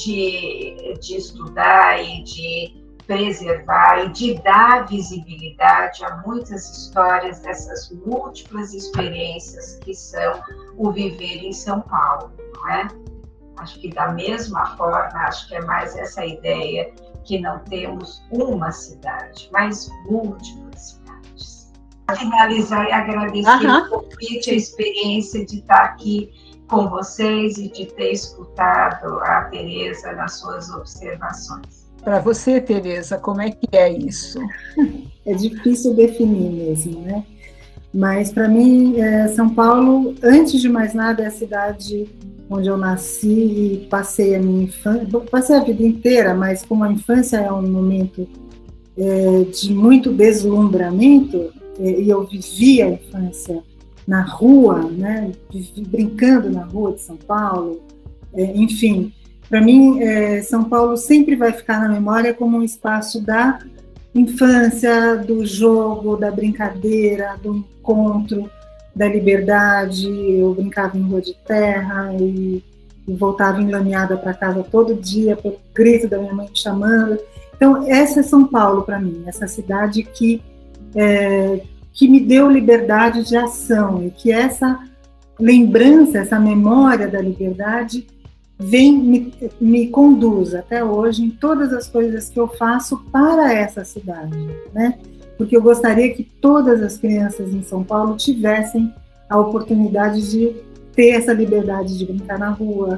de, de estudar e de preservar e de dar visibilidade a muitas histórias dessas múltiplas experiências que são o viver em São Paulo, não é? Acho que da mesma forma, acho que é mais essa ideia que não temos uma cidade, mas múltiplas. Finalizar e agradecer uhum. o convite, a experiência de estar aqui com vocês e de ter escutado a Tereza nas suas observações. Para você, Tereza, como é que é isso? É difícil definir mesmo, né? Mas para mim, é, São Paulo, antes de mais nada, é a cidade onde eu nasci e passei a minha infância, passei a vida inteira, mas como a infância é um momento é, de muito deslumbramento, e eu vivi a infância na rua, né, brincando na rua de São Paulo, é, enfim, para mim, é, São Paulo sempre vai ficar na memória como um espaço da infância, do jogo, da brincadeira, do encontro, da liberdade. Eu brincava em rua de terra e, e voltava enlameada para casa todo dia pelo grito da minha mãe me chamando. Então, essa é São Paulo para mim, essa cidade que É, que me deu liberdade de ação e que essa lembrança, essa memória da liberdade vem, me, me conduz até hoje em todas as coisas que eu faço para essa cidade, né? Porque eu gostaria que todas as crianças em São Paulo tivessem a oportunidade de ter essa liberdade de brincar na rua,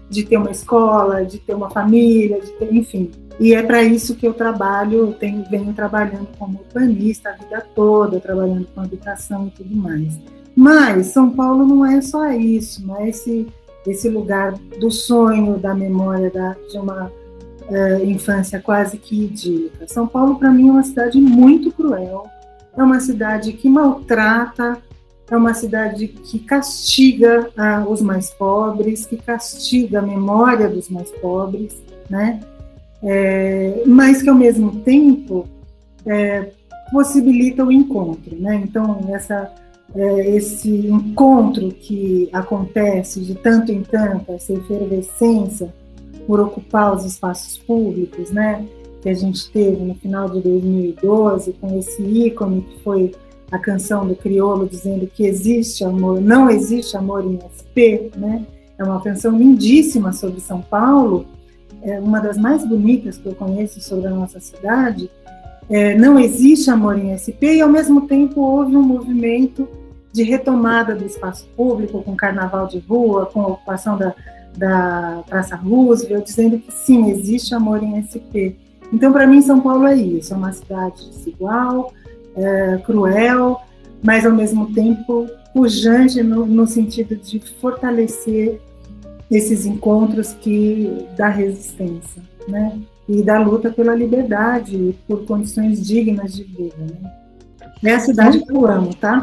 de ter uma escola, de ter uma família, de ter, enfim. E é para isso que eu trabalho, tenho, venho trabalhando como urbanista a vida toda, trabalhando com habitação e tudo mais. Mas São Paulo não é só isso, não é esse, esse lugar do sonho, da memória, da, de uma uh, infância quase que idílica. São Paulo, para mim, é uma cidade muito cruel, é uma cidade que maltrata, é uma cidade que castiga ah, os mais pobres, que castiga a memória dos mais pobres, né? É, mas que, ao mesmo tempo, é, possibilita o encontro, né? Então, essa, é, esse encontro que acontece de tanto em tanto, essa efervescência por ocupar os espaços públicos, né? Que a gente teve no final de dois mil e doze, com esse ícone que foi a canção do Criolo dizendo que existe amor, não existe amor em S P, né? É uma canção lindíssima sobre São Paulo, é uma das mais bonitas que eu conheço sobre a nossa cidade. É, não existe amor em S P, e ao mesmo tempo houve um movimento de retomada do espaço público, com carnaval de rua, com a ocupação da, da Praça Roosevelt, dizendo que sim, existe amor em S P. Então, para mim, São Paulo é isso, é uma cidade desigual, É, cruel, mas ao mesmo tempo pujante no, no sentido de fortalecer esses encontros que da resistência, né? E da luta pela liberdade e por condições dignas de vida, né? É a cidade que eu amo, tá?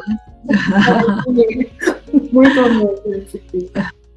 Muito amor por esse tempo.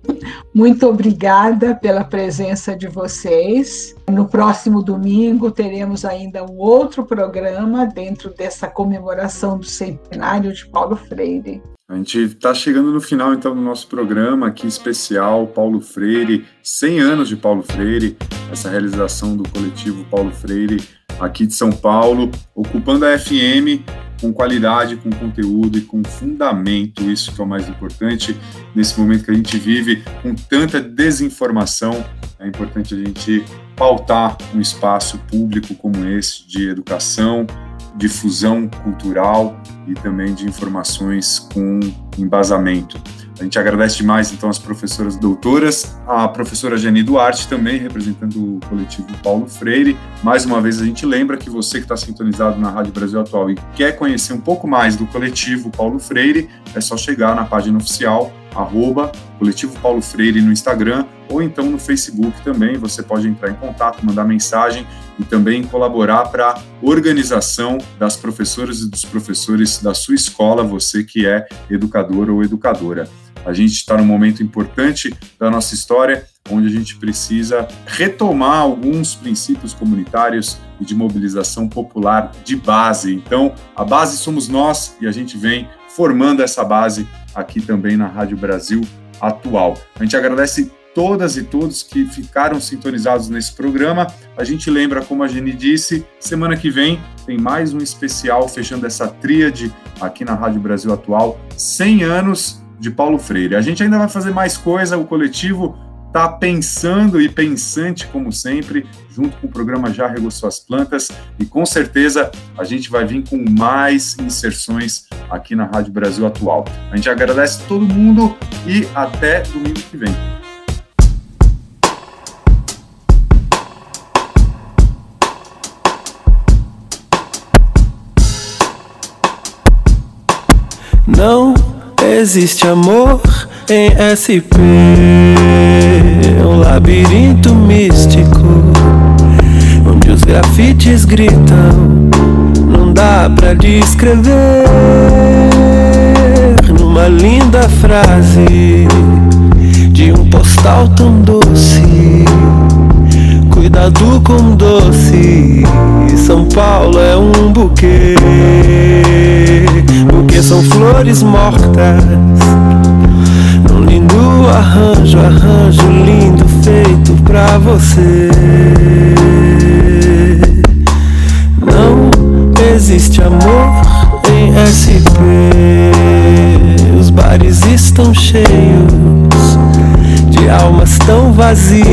Muito obrigada pela presença de vocês. No próximo domingo teremos ainda um outro programa dentro dessa comemoração do centenário de Paulo Freire. A gente está chegando no final, então, do nosso programa aqui especial, Paulo Freire, cem anos de Paulo Freire, essa realização do coletivo Paulo Freire aqui de São Paulo, ocupando a F M com qualidade, com conteúdo e com fundamento, isso que é o mais importante nesse momento que a gente vive, com tanta desinformação. É importante a gente pautar um espaço público como esse de educação, difusão cultural e também de informações com embasamento. A gente agradece demais, então, as professoras doutoras, a professora Geni Duarte, também representando o coletivo Paulo Freire. Mais uma vez, a gente lembra que você que está sintonizado na Rádio Brasil Atual e quer conhecer um pouco mais do coletivo Paulo Freire, é só chegar na página oficial, arroba Coletivo Paulo Freire no Instagram, ou então no Facebook também. Você pode entrar em contato, mandar mensagem e também colaborar para a organização das professoras e dos professores da sua escola, você que é educador ou educadora. A gente está num momento importante da nossa história, onde a gente precisa retomar alguns princípios comunitários e de mobilização popular de base. Então, a base somos nós e a gente vem formando essa base aqui também na Rádio Brasil Atual. A gente agradece todas e todos que ficaram sintonizados nesse programa. A gente lembra, como a Geni disse, semana que vem tem mais um especial fechando essa tríade aqui na Rádio Brasil Atual, cem anos de Paulo Freire. A gente ainda vai fazer mais coisa, o coletivo está pensando e pensante, como sempre, junto com o programa Já Regou Suas Plantas, e com certeza a gente vai vir com mais inserções aqui na Rádio Brasil Atual. A gente agradece todo mundo e até domingo que vem. Não existe amor em S P, é um labirinto místico, onde os grafites gritam, não dá pra descrever numa linda frase de um postal tão doce. Cuidado com doce, São Paulo é um buquê, porque são flores mortas num lindo arranjo, arranjo lindo feito pra você. Não existe amor em S P, os bares estão cheios de almas tão vazias,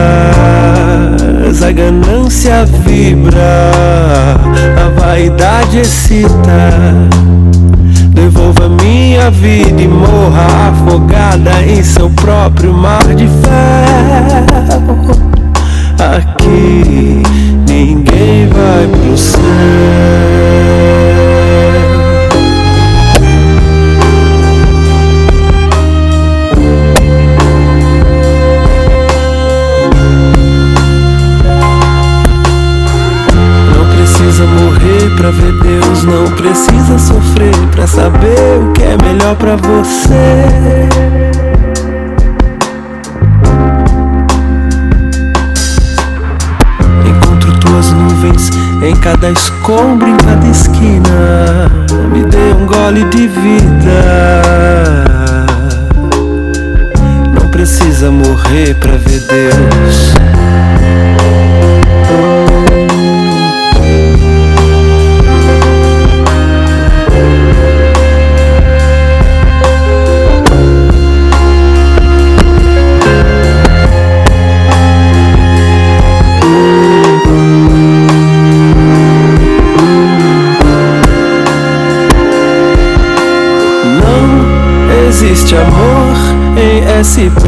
a ganância vibra, a vaidade excita. Devolva minha minha vida e morra afogada em seu próprio mar de ferro. Aqui ninguém vai pro céu. Pra ver Deus, não precisa sofrer pra saber o que é melhor pra você. Encontro tuas nuvens em cada escombro, em cada esquina. Me dê um gole de vida. Não precisa morrer pra ver Deus. Existe amor em S P,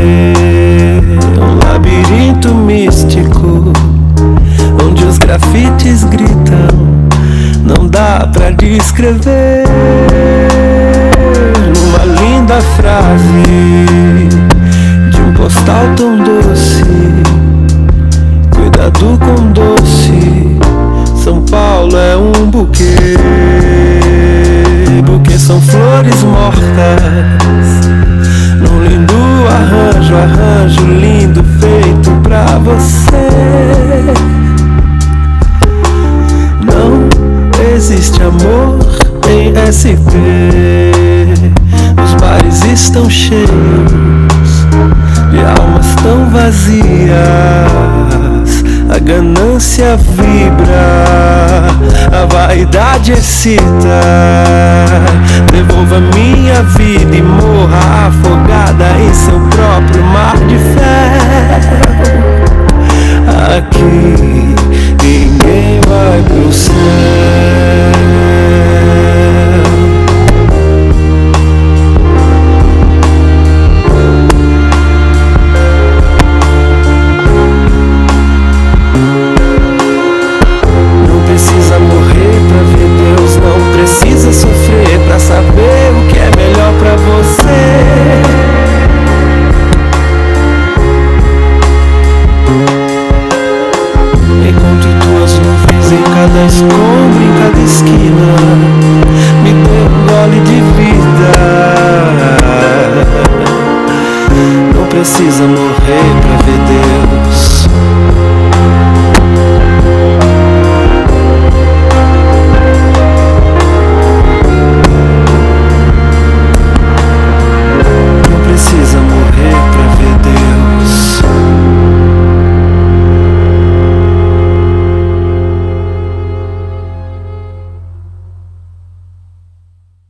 um labirinto místico, onde os grafites gritam, não dá pra descrever. Numa linda frase de um postal tão doce, cuidado com doce, São Paulo é um buquê. Porque são flores mortas, num lindo arranjo, arranjo lindo feito pra você. Não existe amor em S P. Os bares estão cheios de almas tão vazias. A ganância vibra, a vaidade excita. Devolva minha vida e morra afogada em seu próprio mar de ferro. Aqui ninguém vai pro céu. Precisa sofrer pra saber o que é melhor pra você. Encontre tuas nuvens em cada escombro, em cada esquina. Me dê um gole de vida. Não precisa morrer pra ver Deus.